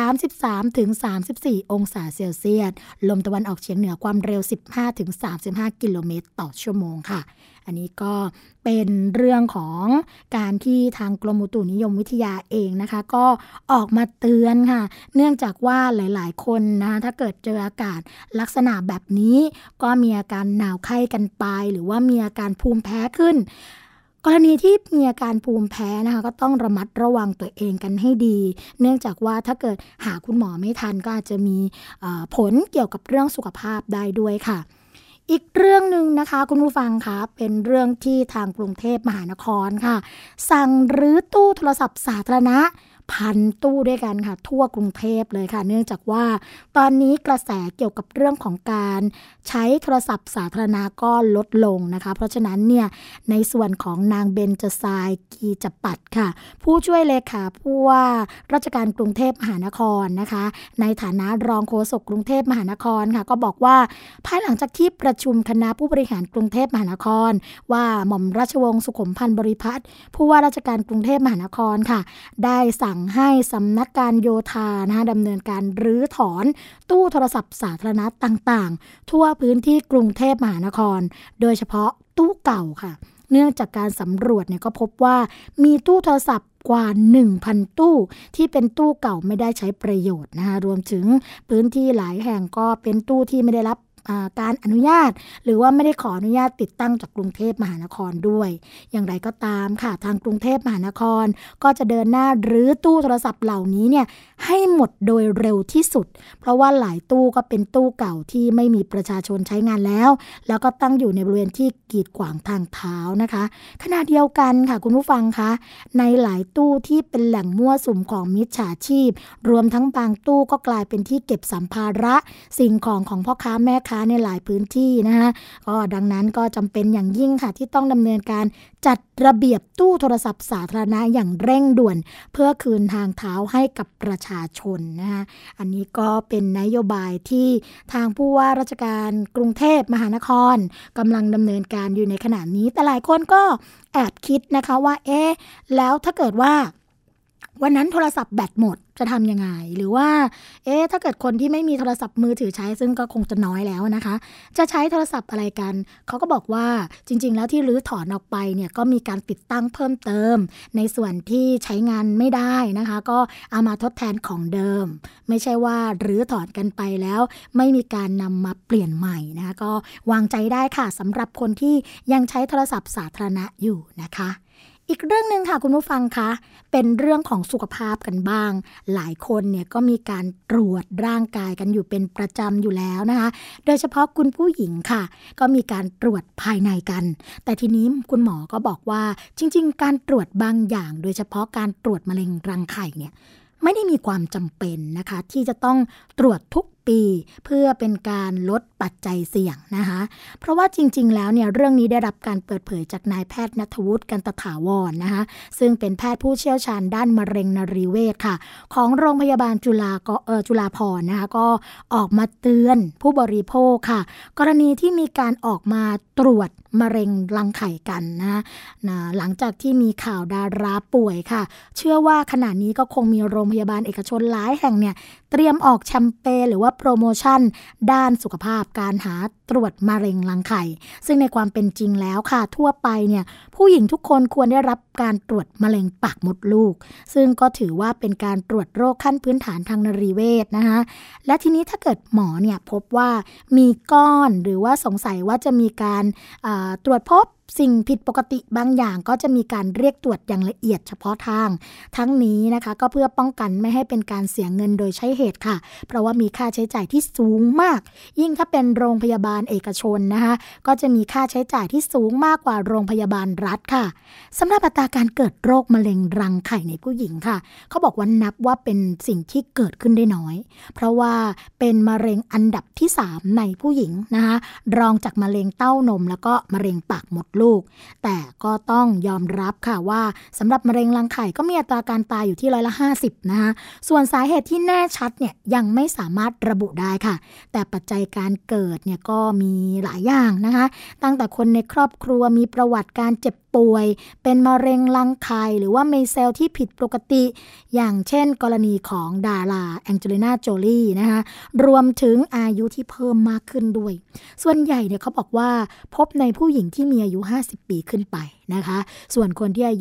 33-34 องศาเซลเซียสลมตะวันออกเฉียงเหนือความเร็ว 15-35 กิโลเมตรต่อชั่วโมงค่ะอันนี้ก็เป็นเรื่องของการที่ทางกรมอุตุนิยมวิทยาเองนะคะก็ออกมาเตือนค่ะเนื่องจากว่าหลายๆคนนะถ้าเกิดเจออากาศลักษณะแบบนี้ก็มีอาการหนาวไข้กันไปหรือว่ามีอาการภูมิแพ้ขึ้นกรณีที่มีอาการภูมิแพ้นะคะก็ต้องระมัดระวังตัวเองกันให้ดีเนื่องจากว่าถ้าเกิดหาคุณหมอไม่ทันก็อาจจะมีผลเกี่ยวกับเรื่องสุขภาพได้ด้วยค่ะอีกเรื่องนึงนะคะคุณผู้ฟังคะเป็นเรื่องที่ทางกรุงเทพมหานครค่ะสั่งรื้อตู้โทรศัพท์สาธารณะ1,000 ตู้ด้วยกันค่ะทั่วกรุงเทพเลยค่ะเนื่องจากว่าตอนนี้กระแสเกี่ยวกับเรื่องของการใช้โทรศัพท์สาธารณะก็ลดลงนะคะเพราะฉะนั้นเนี่ยในส่วนของนางเบญจทรายกีจปัตค่ะผู้ช่วยเลขาผู้ว่าราชการกรุงเทพมหานครนะคะในฐานะรองโฆษกกรุงเทพมหานครค่ะก็บอกว่าภายหลังจากที่ประชุมคณะผู้บริหารกรุงเทพมหานครว่าหม่อมราชวงศ์สุขุมพันธ์บริพัตรผู้ว่าราชการกรุงเทพมหานครค่ะได้สั่งให้สำนักการโยธานะคะดำเนินการรื้อถอนตู้โทรศัพท์สาธารณะต่างๆทั่วพื้นที่กรุงเทพมหานครโดยเฉพาะตู้เก่าค่ะเนื่องจากการสำรวจเนี่ยก็พบว่ามีตู้โทรศัพท์กว่า 1,000 ตู้ที่เป็นตู้เก่าไม่ได้ใช้ประโยชน์นะคะรวมถึงพื้นที่หลายแห่งก็เป็นตู้ที่ไม่ได้รับการอนุญาตหรือว่าไม่ได้ขออนุญาตติดตั้งจากกรุงเทพมหานครด้วยอย่างไรก็ตามค่ะทางกรุงเทพมหานครก็จะเดินหน้ารื้อตู้โทรศัพท์เหล่านี้เนี่ยให้หมดโดยเร็วที่สุดเพราะว่าหลายตู้ก็เป็นตู้เก่าที่ไม่มีประชาชนใช้งานแล้วก็ตั้งอยู่ในบริเวณที่กีดขวางทางเท้านะคะขณะเดียวกันค่ะคุณผู้ฟังคะในหลายตู้ที่เป็นแหล่งมั่วสุมของมิจฉาชีพรวมทั้งบางตู้ก็กลายเป็นที่เก็บสัมภาระสิ่งของพ่อค้าแม่ค้าในหลายพื้นที่นะคะก็ดังนั้นก็จำเป็นอย่างยิ่งค่ะที่ต้องดำเนินการจัดระเบียบตู้โทรศัพท์สาธารณะอย่างเร่งด่วนเพื่อคืนทางเท้าให้กับประชาชนนะคะอันนี้ก็เป็นนโยบายที่ทางผู้ว่าราชการกรุงเทพมหานครกำลังดำเนินการอยู่ในขณะนี้แต่หลายคนก็แอบคิดนะคะว่าแล้วถ้าเกิดว่าวันนั้นโทรศัพท์แบตหมดจะทำยังไงหรือว่าถ้าเกิดคนที่ไม่มีโทรศัพท์มือถือใช้ซึ่งก็คงจะน้อยแล้วนะคะจะใช้โทรศัพท์อะไรกันเขาก็บอกว่าจริงๆแล้วที่รื้อถอนออกไปเนี่ยก็มีการติดตั้งเพิ่มเติมในส่วนที่ใช้งานไม่ได้นะคะก็เอามาทดแทนของเดิมไม่ใช่ว่ารื้อถอนกันไปแล้วไม่มีการนำมาเปลี่ยนใหม่นะคะก็วางใจได้ค่ะสำหรับคนที่ยังใช้โทรศัพท์สาธารณะอยู่นะคะอีกเรื่องนึงค่ะคุณผู้ฟังคะเป็นเรื่องของสุขภาพกันบ้างหลายคนเนี่ยก็มีการตรวจร่างกายกันอยู่เป็นประจำอยู่แล้วนะคะโดยเฉพาะคุณผู้หญิงค่ะก็มีการตรวจภายในกันแต่ทีนี้คุณหมอก็บอกว่าจริงๆการตรวจบางอย่างโดยเฉพาะการตรวจมะเร็งรังไข่เนี่ยไม่ได้มีความจำเป็นนะคะที่จะต้องตรวจทุกปีเพื่อเป็นการลดปัจจัยเสี่ยงนะคะเพราะว่าจริงๆแล้วเนี่ยเรื่องนี้ได้รับการเปิดเผยจากนายแพทย์ณัฐวุฒิ กันตถาวรนะคะซึ่งเป็นแพทย์ผู้เชี่ยวชาญด้านมะเร็งนรีเวชค่ะของโรงพยาบาลจุฬาภรณ์นะคะก็ออกมาเตือนผู้บริโภคค่ะกรณีที่มีการออกมาตรวจมะเร็งรังไข่กันนะหลังจากที่มีข่าวดาราป่วยค่ะเชื่อว่าขณะนี้ก็คงมีโรงพยาบาลเอกชนหลายแห่งเนี่ยเตรียมออกแคมเปญหรือว่าโปรโมชั่นด้านสุขภาพการหาตรวจมะเร็งรังไข่ซึ่งในความเป็นจริงแล้วค่ะทั่วไปเนี่ยผู้หญิงทุกคนควรได้รับการตรวจมะเร็งปากมดลูกซึ่งก็ถือว่าเป็นการตรวจโรคขั้นพื้นฐานทางนรีเวชนะคะและทีนี้ถ้าเกิดหมอเนี่ยพบว่ามีก้อนหรือว่าสงสัยว่าจะมีการตรวจพบสิ่งผิดปกติบางอย่างก็จะมีการเรียกตรวจอย่างละเอียดเฉพาะทางทั้งนี้นะคะก็เพื่อป้องกันไม่ให้เป็นการเสียเงินโดยใช้เหตุค่ะเพราะว่ามีค่าใช้จ่ายที่สูงมากยิ่งถ้าเป็นโรงพยาบาลเอกชนนะคะก็จะมีค่าใช้จ่ายที่สูงมากกว่าโรงพยาบาลรัฐค่ะสำหรับอัตราการเกิดโรคมะเร็งรังไข่ในผู้หญิงค่ะเขาบอกว่านับว่าเป็นสิ่งที่เกิดขึ้นได้น้อยเพราะว่าเป็นมะเร็งอันดับที่3ในผู้หญิงนะคะรองจากมะเร็งเต้านมแล้วก็มะเร็งปากมดลูกแต่ก็ต้องยอมรับค่ะว่าสำหรับมะเร็งรังไข่ก็มีอัตราการตายอยู่ที่50%นะคะส่วนสาเหตุที่แน่ชัดเนี่ยยังไม่สามารถระบุได้ค่ะแต่ปัจจัยการเกิดเนี่ยก็มีหลายอย่างนะคะตั้งแต่คนในครอบครัวมีประวัติการเจ็บป่วยเป็นมะเร็งรังไข่หรือว่ามีเซลล์ที่ผิดปกติอย่างเช่นกรณีของดาราแองเจลิน่าโจลีนะคะรวมถึงอายุที่เพิ่มมากขึ้นด้วยส่วนใหญ่เนี่ยเขาบอกว่าพบในผู้หญิงที่มีอายุ50 ปีขึ้นไปนะคะส่วนคนที่อายุ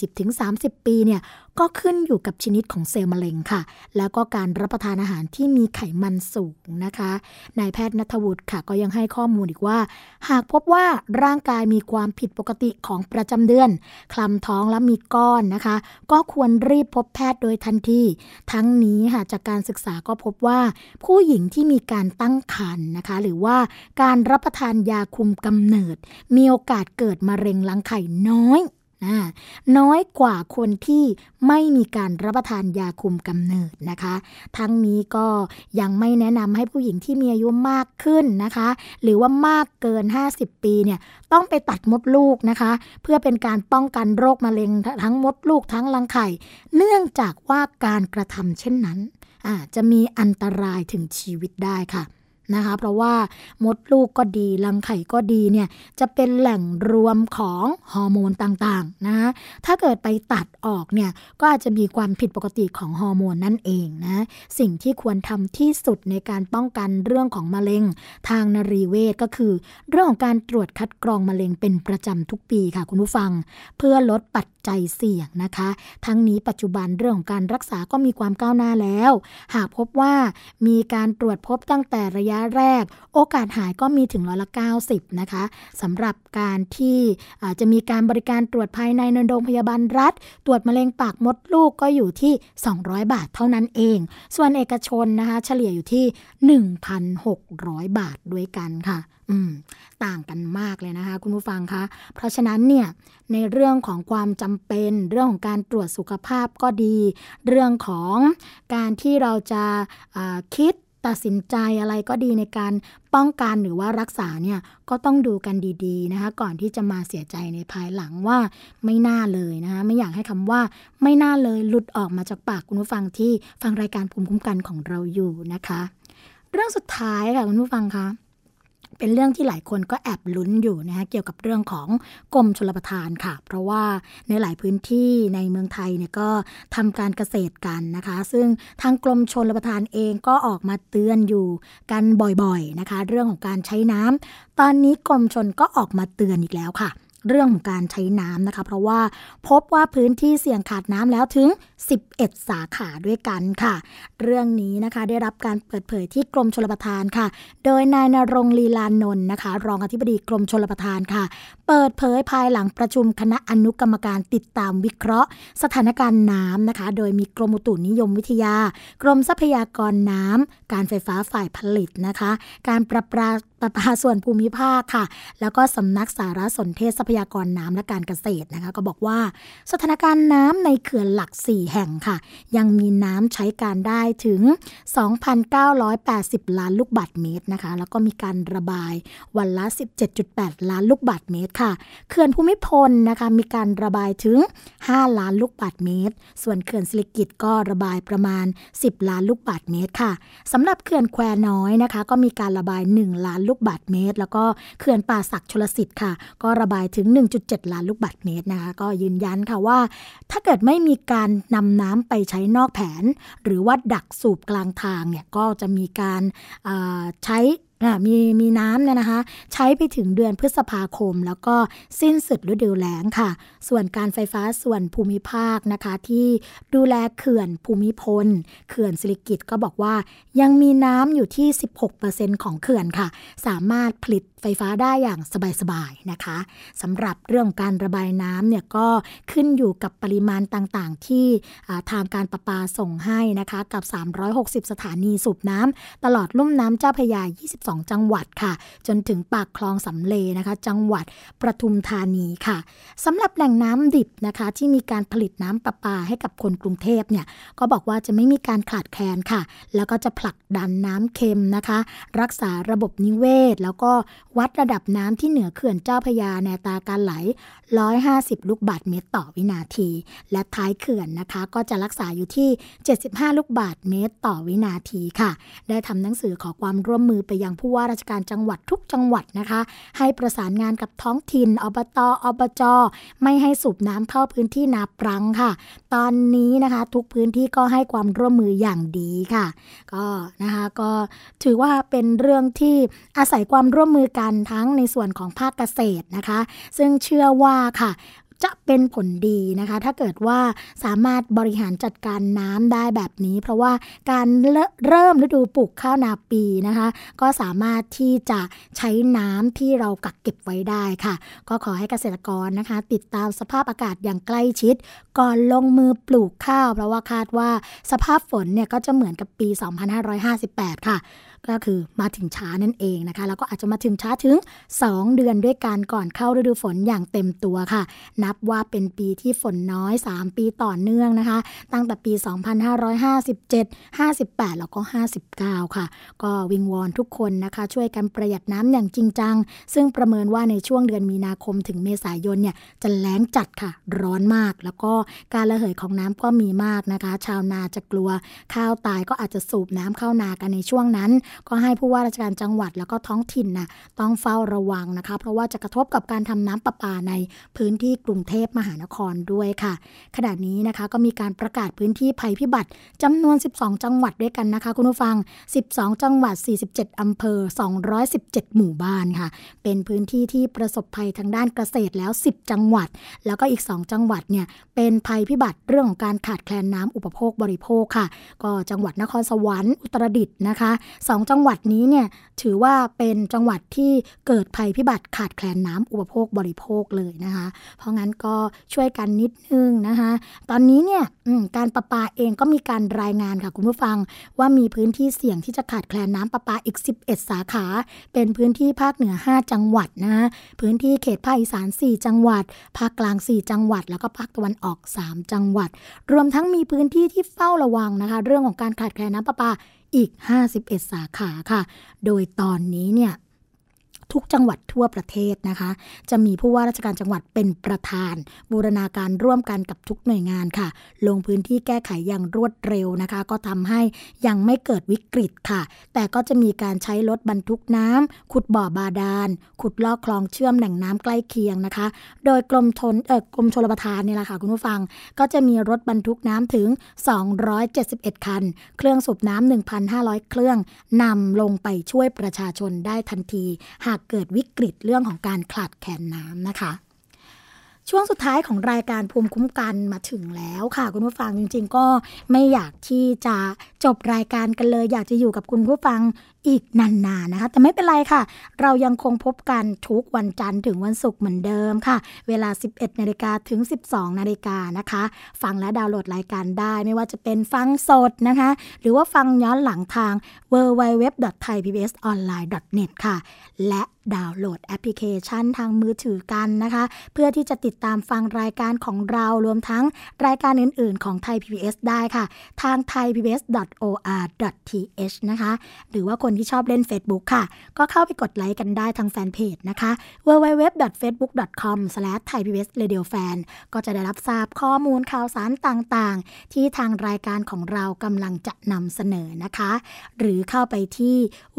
20-30 ปีเนี่ยก็ขึ้นอยู่กับชนิดของเซลล์มะเร็งค่ะแล้วก็การรับประทานอาหารที่มีไขมันสูงนะคะนายแพทย์ณัฐวุฒิค่ะก็ยังให้ข้อมูลอีกว่าหากพบว่าร่างกายมีความผิดปกติของประจำเดือนคลำท้องและมีก้อนนะคะก็ควรรีบพบแพทย์โดยทันทีทั้งนี้ค่ะจากการศึกษาก็พบว่าผู้หญิงที่มีการตั้งครรภ์นะคะหรือว่าการรับประทานยาคุมกำเนิดมีโอกาสเกิดมะเร็งรังไข่น้อยกว่าคนที่ไม่มีการรับประทานยาคุมกำเนิดนะคะทั้งนี้ก็ยังไม่แนะนำให้ผู้หญิงที่มีอายุมากขึ้นนะคะหรือว่ามากเกิน50 ปีเนี่ยต้องไปตัดมดลูกนะคะเพื่อเป็นการป้องกันโรคมะเร็งทั้งมดลูกทั้งรังไข่เนื่องจากว่าการกระทำเช่นนั้นจะมีอันตรายถึงชีวิตได้ค่ะนะคะเพราะว่ามดลูกก็ดีรังไข่ก็ดีเนี่ยจะเป็นแหล่งรวมของฮอร์โมนต่างๆนะถ้าเกิดไปตัดออกเนี่ยก็อาจจะมีความผิดปกติของฮอร์โมนนั่นเองนะสิ่งที่ควรทำที่สุดในการป้องกันเรื่องของมะเร็งทางนรีเวชก็คือเรื่องของการตรวจคัดกรองมะเร็งเป็นประจำทุกปีค่ะคุณผู้ฟังเพื่อลดปัจจัยเสี่ยงนะคะทั้งนี้ปัจจุบันเรื่องของการรักษาก็มีความก้าวหน้าแล้วหากพบว่ามีการตรวจพบตั้งแต่ระยะแรกโอกาสหายก็มีถึง90%นะคะสำหรับการที่จะมีการบริการตรวจภายในโรงพยาบาลรัฐตรวจมะเร็งปากมดลูกก็อยู่ที่200 บาทเท่านั้นเองส่วนเอกชนนะคะเฉลี่ยอยู่ที่ 1,600 บาทด้วยกันค่ะต่างกันมากเลยนะคะคุณผู้ฟังคะเพราะฉะนั้นเนี่ยในเรื่องของความจำเป็นเรื่องของการตรวจสุขภาพก็ดีเรื่องของการที่เราจะคิดตัดสินใจอะไรก็ดีในการป้องกันหรือว่ารักษาเนี่ยก็ต้องดูกันดีๆนะคะก่อนที่จะมาเสียใจในภายหลังว่าไม่น่าเลยนะคะไม่อยากให้คำว่าไม่น่าเลยหลุดออกมาจากปากคุณผู้ฟังที่ฟังรายการภูมิคุ้มกันของเราอยู่นะคะเรื่องสุดท้ายค่ะคุณผู้ฟังคะเป็นเรื่องที่หลายคนก็แอบลุ้นอยู่นะคะเกี่ยวกับเรื่องของกรมชลประทานค่ะเพราะว่าในหลายพื้นที่ในเมืองไทยเนี่ยก็ทำการเกษตรกันนะคะซึ่งทางกรมชลประทานเองก็ออกมาเตือนอยู่กันบ่อยๆนะคะเรื่องของการใช้น้ำตอนนี้กรมชลก็ออกมาเตือนอีกแล้วค่ะเรื่องของการใช้น้ำนะคะเพราะว่าพบว่าพื้นที่เสี่ยงขาดน้ำแล้วถึง11สาขาด้วยกันค่ะเรื่องนี้นะคะได้รับการเปิดเผยที่กรมชลประทานค่ะโดยนายณรงค์ลีลานนท์นะคะรองอธิบดีกรมชลประทานค่ะเปิดเผยภายหลังประชุมคณะอนุกรรมการติดตามวิเคราะห์สถานการณ์น้ำนะคะโดยมีกรมอุตุนิยมวิทยากรมทรัพยากรน้ำการไฟฟ้าฝ่ายผลิตนะคะการประปาส่วนภูมิภาคค่ะแล้วก็สำนักสารสนเทศทรัพยากรน้ำและการเกษตรนะคะก็บอกว่าสถานการณ์น้ำในเขื่อนหลัก4แห่งค่ะยังมีน้ำใช้การได้ถึง 2,980 ล้านลูกบาศก์เมตรนะคะแล้วก็มีการระบายวันละ 17.8 ล้านลูกบาศก์เมตรค่ะเขื่อนภูมิพลนะคะมีการระบายถึง5ล้านลูกบาศก์เมตรส่วนเขื่อนสิริกิติ์ก็ระบายประมาณ10ล้านลูกบาศก์เมตรค่ะสำหรับเขื่อนแควน้อยนะคะก็มีการระบาย1ล้านลูกบาศก์เมตรแล้วก็เขื่อนป่าสักชลสิทธิ์ค่ะก็ระบายถึง 1.7 ล้านลูกบาศก์เมตรนะคะก็ยืนยันค่ะว่าถ้าเกิดไม่มีการนำน้ำไปใช้นอกแผนหรือว่าดักสูบกลางทางเนี่ยก็จะมีการใช้มีน้ำเนี่ยนะคะใช้ไปถึงเดือนพฤษภาคมแล้วก็สิ้นสุดฤดูแล้งค่ะส่วนการไฟฟ้าส่วนภูมิภาคนะคะที่ดูแลเขื่อนภูมิพลเขื่อนสิริกิติ์ก็บอกว่ายังมีน้ำอยู่ที่ 16% ของเขื่อนค่ะสามารถผลิตไฟฟ้าได้อย่างสบายๆนะคะสำหรับเรื่องการระบายน้ำเนี่ยก็ขึ้นอยู่กับปริมาณต่างๆที่ทางการประปาส่งให้นะคะกับ360สถานีสูบน้ำตลอดลุ่มน้ำเจ้าพระยา22จังหวัดค่ะจนถึงปากคลองสำเลนะคะจังหวัดปทุมธานีค่ะสำหรับแหล่งน้ำดิบนะคะที่มีการผลิตน้ำประปาให้กับคนกรุงเทพเนี่ยก็บอกว่าจะไม่มีการขาดแคลนค่ะแล้วก็จะผลักดันน้ำเค็มนะคะรักษาระบบนิเวศแล้วก็วัดระดับน้ำที่เหนือเขื่อนเจ้าพระยาในอัตราการไหล150ลูกบาศก์เมตรต่อวินาทีและท้ายเขื่อนนะคะก็จะรักษาอยู่ที่75ลูกบาศก์เมตรต่อวินาทีค่ะได้ทำหนังสือขอความร่วมมือไปยังผู้ว่าราชการจังหวัดทุกจังหวัดนะคะให้ประสานงานกับท้องถิ่นอบจไม่ให้สูบน้ำเข้าพื้นที่นาปรังค่ะตอนนี้นะคะทุกพื้นที่ก็ให้ความร่วมมืออย่างดีค่ะก็นะคะก็ถือว่าเป็นเรื่องที่อาศัยความร่วมมือกันทั้งในส่วนของภาคเกษตรนะคะซึ่งเชื่อว่าค่ะจะเป็นผลดีนะคะถ้าเกิดว่าสามารถบริหารจัดการน้ำได้แบบนี้เพราะว่าการเริ่มฤดูปลูกข้าวนาปีนะคะก็สามารถที่จะใช้น้ำที่เรากักเก็บไว้ได้ค่ะก็ขอให้เกษตรกรนะคะติดตามสภาพอากาศอย่างใกล้ชิดก่อนลงมือปลูกข้าวเพราะว่าคาดว่าสภาพฝนเนี่ยก็จะเหมือนกับปี2558ค่ะก็คือมาถึงช้านั่นเองนะคะแล้วก็อาจจะมาถึงช้าถึง2เดือนด้วยกันก่อนเข้าฤดูฝนอย่างเต็มตัวค่ะนับว่าเป็นปีที่ฝนน้อย3ปีต่อเนื่องนะคะตั้งแต่ปี2557 58แล้วก็59ค่ะก็วิงวอนทุกคนนะคะช่วยกันประหยัดน้ำอย่างจริงจังซึ่งประเมินว่าในช่วงเดือนมีนาคมถึงเมษายนเนี่ยจะแล้งจัดค่ะร้อนมากแล้วก็การระเหยของน้ำก็มีมากนะคะชาวนาจะกลัวข้าวตายก็อาจจะสูบน้ำเข้านากันในช่วงนั้นก็ให้ผู้ว่าราชการจังหวัดแล้วก็ท้องถิ่นนะต้องเฝ้าระวังนะคะเพราะว่าจะกระทบกับการทำน้ำประปาในพื้นที่กรุงเทพมหานครด้วยค่ะขณะนี้นะคะก็มีการประกาศพื้นที่ภัยพิบัติจำนวน12จังหวัดด้วยกันนะคะคุณผู้ฟัง12จังหวัด47อำเภอ217หมู่บ้านค่ะเป็นพื้นที่ที่ประสบภัยทางด้านเกษตรแล้ว10จังหวัดแล้วก็อีก2จังหวัดเนี่ยเป็นภัยพิบัติเรื่องของการขาดแคลนน้ำอุปโภคบริโภคค่ะก็จังหวัดนครสวรรค์อุตรดิตถ์นะคะ2จังหวัดนี้เนี่ยถือว่าเป็นจังหวัดที่เกิดภัยพิบัติขาดแคลนน้ำอุปโภคบริโภคเลยนะคะเพราะงั้นก็ช่วยกันนิดนึงนะคะตอนนี้เนี่ยการประปาเองก็มีการรายงานค่ะคุณผู้ฟังว่ามีพื้นที่เสี่ยงที่จะขาดแคลนน้ำประปาอีก11สาขาเป็นพื้นที่ภาคเหนือ5จังหวัดนะพื้นที่เขตภาคอีสาน4จังหวัดภาคกลาง4จังหวัดแล้วก็ภาคตะวันออก3จังหวัดรวมทั้งมีพื้นที่ที่เฝ้าระวังนะคะเรื่องของการขาดแคลนน้ำประปาอีก51สาขาค่ะโดยตอนนี้เนี่ยทุกจังหวัดทั่วประเทศนะคะจะมีผู้ว่าราชการจังหวัดเป็นประธานบูรณาการร่วมกันกับทุกหน่วยงานค่ะลงพื้นที่แก้ไขอย่างรวดเร็วนะคะก็ทำให้ยังไม่เกิดวิกฤตค่ะแต่ก็จะมีการใช้รถบรรทุกน้ำขุดบ่อบาดาลขุดลอกคลองเชื่อมแหล่งน้ำใกล้เคียงนะคะโดยกรมชลประทานนี่แหละค่ะคุณผู้ฟังก็จะมีรถบรรทุกน้ำถึง271คันเครื่องสูบน้ำ 1,500 เครื่องนำลงไปช่วยประชาชนได้ทันทีหากเกิดวิกฤตเรื่องของการขาดแคลนน้ำนะคะช่วงสุดท้ายของรายการภูมิคุ้มกันมาถึงแล้วค่ะคุณผู้ฟังจริงๆก็ไม่อยากที่จะจบรายการกันเลยอยากจะอยู่กับคุณผู้ฟังอีกนานๆนะคะแต่ไม่เป็นไรค่ะเรายังคงพบกันทุกวันจันทร์ถึงวันศุกร์เหมือนเดิมค่ะเวลา 11:00 นถึง 12:00 นนะคะฟังและดาวน์โหลดรายการได้ไม่ว่าจะเป็นฟังสดนะคะหรือว่าฟังย้อนหลังทาง www.thaipbsonline.net ค่ะและดาวน์โหลดแอปพลิเคชันทางมือถือกันนะคะเพื่อที่จะติดตามฟังรายการของเรารวมทั้งรายการอื่นๆของไทย PBS ได้ค่ะทาง thaipbs.or.th นะคะหรือว่าคนที่ชอบเล่น Facebook ค่ะก็เข้าไปกดไลค์กันได้ทางแฟนเพจนะคะ www.facebook.com/thaipbsradiofan ก็จะได้รับทราบข้อมูลข่าวสารต่างๆที่ทางรายการของเรากำลังจะนำเสนอนะคะหรือเข้าไปที่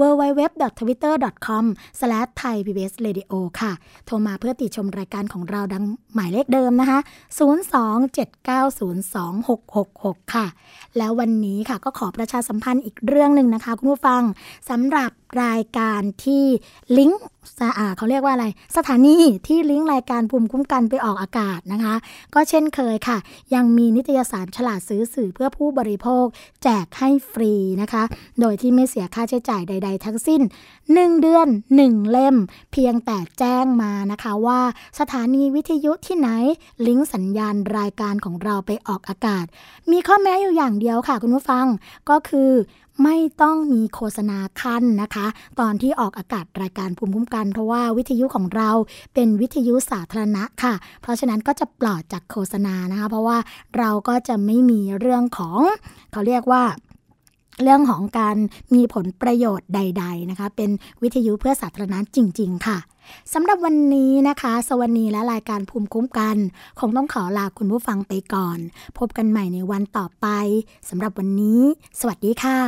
www.twitter.com/thaipbsradio ค่ะโทรมาเพื่อติชมรายการของเราดังหมายเลขเดิมนะคะ027902666ค่ะแล้ววันนี้ค่ะก็ขอประชาสัมพันธ์อีกเรื่องหนึ่งนะคะคุณผู้ฟังสำหรับรายการที่ลิงก์เขาเรียกว่าอะไรสถานีที่ลิงก์รายการภูมิคุ้มกันไปออกอากาศนะคะก็เช่นเคยค่ะยังมีนิตยสารฉลาดซื้อสื่อเพื่อผู้บริโภคแจกให้ฟรีนะคะโดยที่ไม่เสียค่าใช้จ่ายใดๆทั้งสิ้น1เดือน1เล่มเพียงแต่แจ้งมานะคะว่าสถานีวิทยุที่ไหนลิงก์สัญญาณรายการของเราไปออกอากาศมีข้อแม้อยู่อย่างเดียวค่ะคุณผู้ฟังก็คือไม่ต้องมีโฆษณาขั้นนะคะตอนที่ออกอากาศรายการภูมิคุ้มกันเพราะว่าวิทยุของเราเป็นวิทยุสาธารณะค่ะเพราะฉะนั้นก็จะปลอดจากโฆษณานะคะเพราะว่าเราก็จะไม่มีเรื่องของเขาเรียกว่าเรื่องของการมีผลประโยชน์ใดๆนะคะเป็นวิทยุเพื่อสาธารณะจริงๆค่ะสำหรับวันนี้นะคะสวัสดีและรายการภูมิคุ้มกันคงต้องขอลาคุณผู้ฟังไปก่อนพบกันใหม่ในวันต่อไปสำหรับวันนี้สวัสดีค่ะ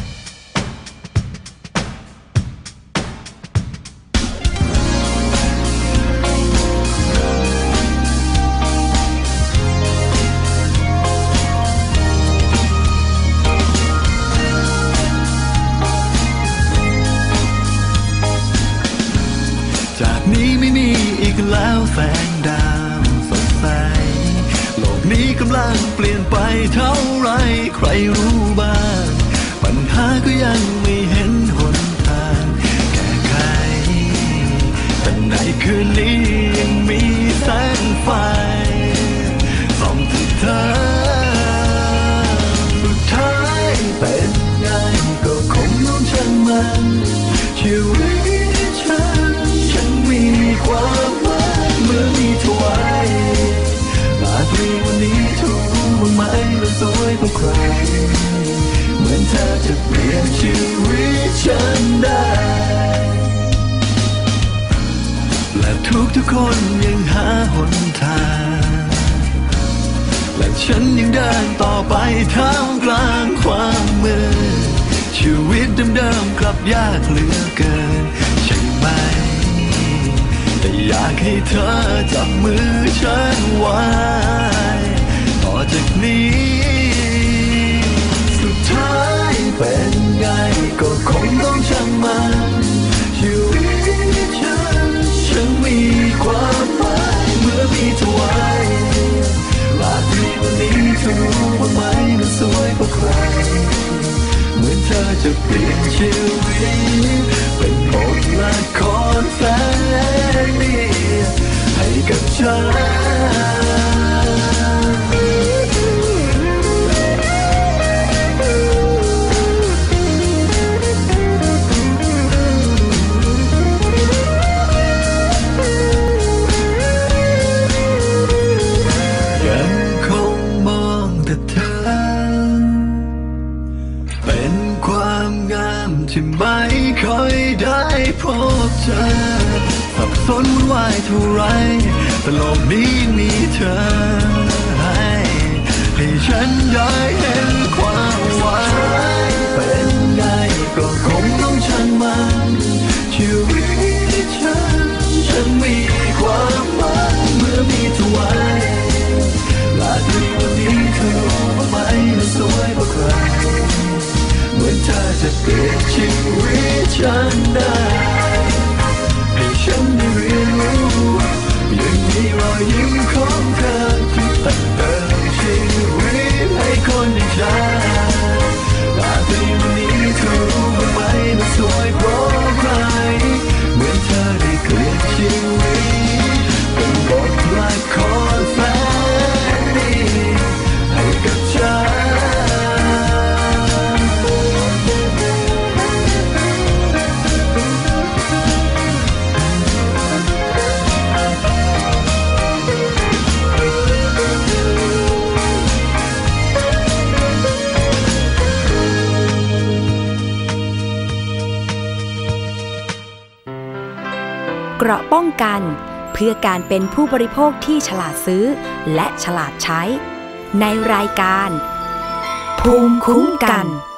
จากนี้ไม่มีอีกแล้วแสงดาวสดใสโลกนี้กำลังเปลี่ยนไปเท่าไรใครรู้บ้างปัญหาก็ยังไม่เห็นหนทางแก้ไขแต่ในคืนนี้ยังมีแสงไฟส่องถึงเธอสุดท้ายเป็นไงก็คงต้องช่างมันชีวิตมีความหมายเมื่อมีเธอไว้ราตรีวันนี้เธอรู้บ้างไหมเราสวยกว่าใครเหมือนเธอจะเปลี่ยนชีวิตฉันได้และทุกคนยังหาหนทางและฉันยังเดินต่อไปท่ามกลางความมืดชีวิตเดิมๆกลับยากเหลือเกินใช่ไหมแต่อยากให้เธอจับมือฉันไว้ต่อจากนี้สุดท้ายเป็นไงก็คงต้องช่างมันชีวิตฉันมีความหมายเมื่อมีเธอไว้ราตรีวันนี้เธอรู้บ้างไหมมันสวยกว่าใครเหมือนเธอจะเปลี่ยนชีวิตเป็นบทละครแสนดีให้กับฉันยังคงมองแต่เธอเป็นความงามที่ไม่ค่อยได้พบเจอสับสนวุ่นวายเท่าไรแต่โลกนี้มีเธอให้ฉันได้เห็นความหวังเป็นไงก็คงต้องช่างมันชีวิตฉันมีความหมายเมื่อมีเธอไว้ราตรีวันนี้เธอรู้บ้างไหมมันสวยกว่าใครเหมือนเธอจะเปลี่ยนชีวิตฉันได้ให้ฉันได้เรียนรู้ยังมีรอยอยยิ้มของเธอที่แต่งเติมชีวิตให้คนอย่างฉันอาจจะวันนี้เธอรู้บ้างไหมมันสวยเพราะใครเหมือนเธอได้เกลียดชีวิตเป็นบทละครแฟนดีให้กับฉันเกราะป้องกันเพื่อการเป็นผู้บริโภคที่ฉลาดซื้อและฉลาดใช้ในรายการภูมิคุ้มกัน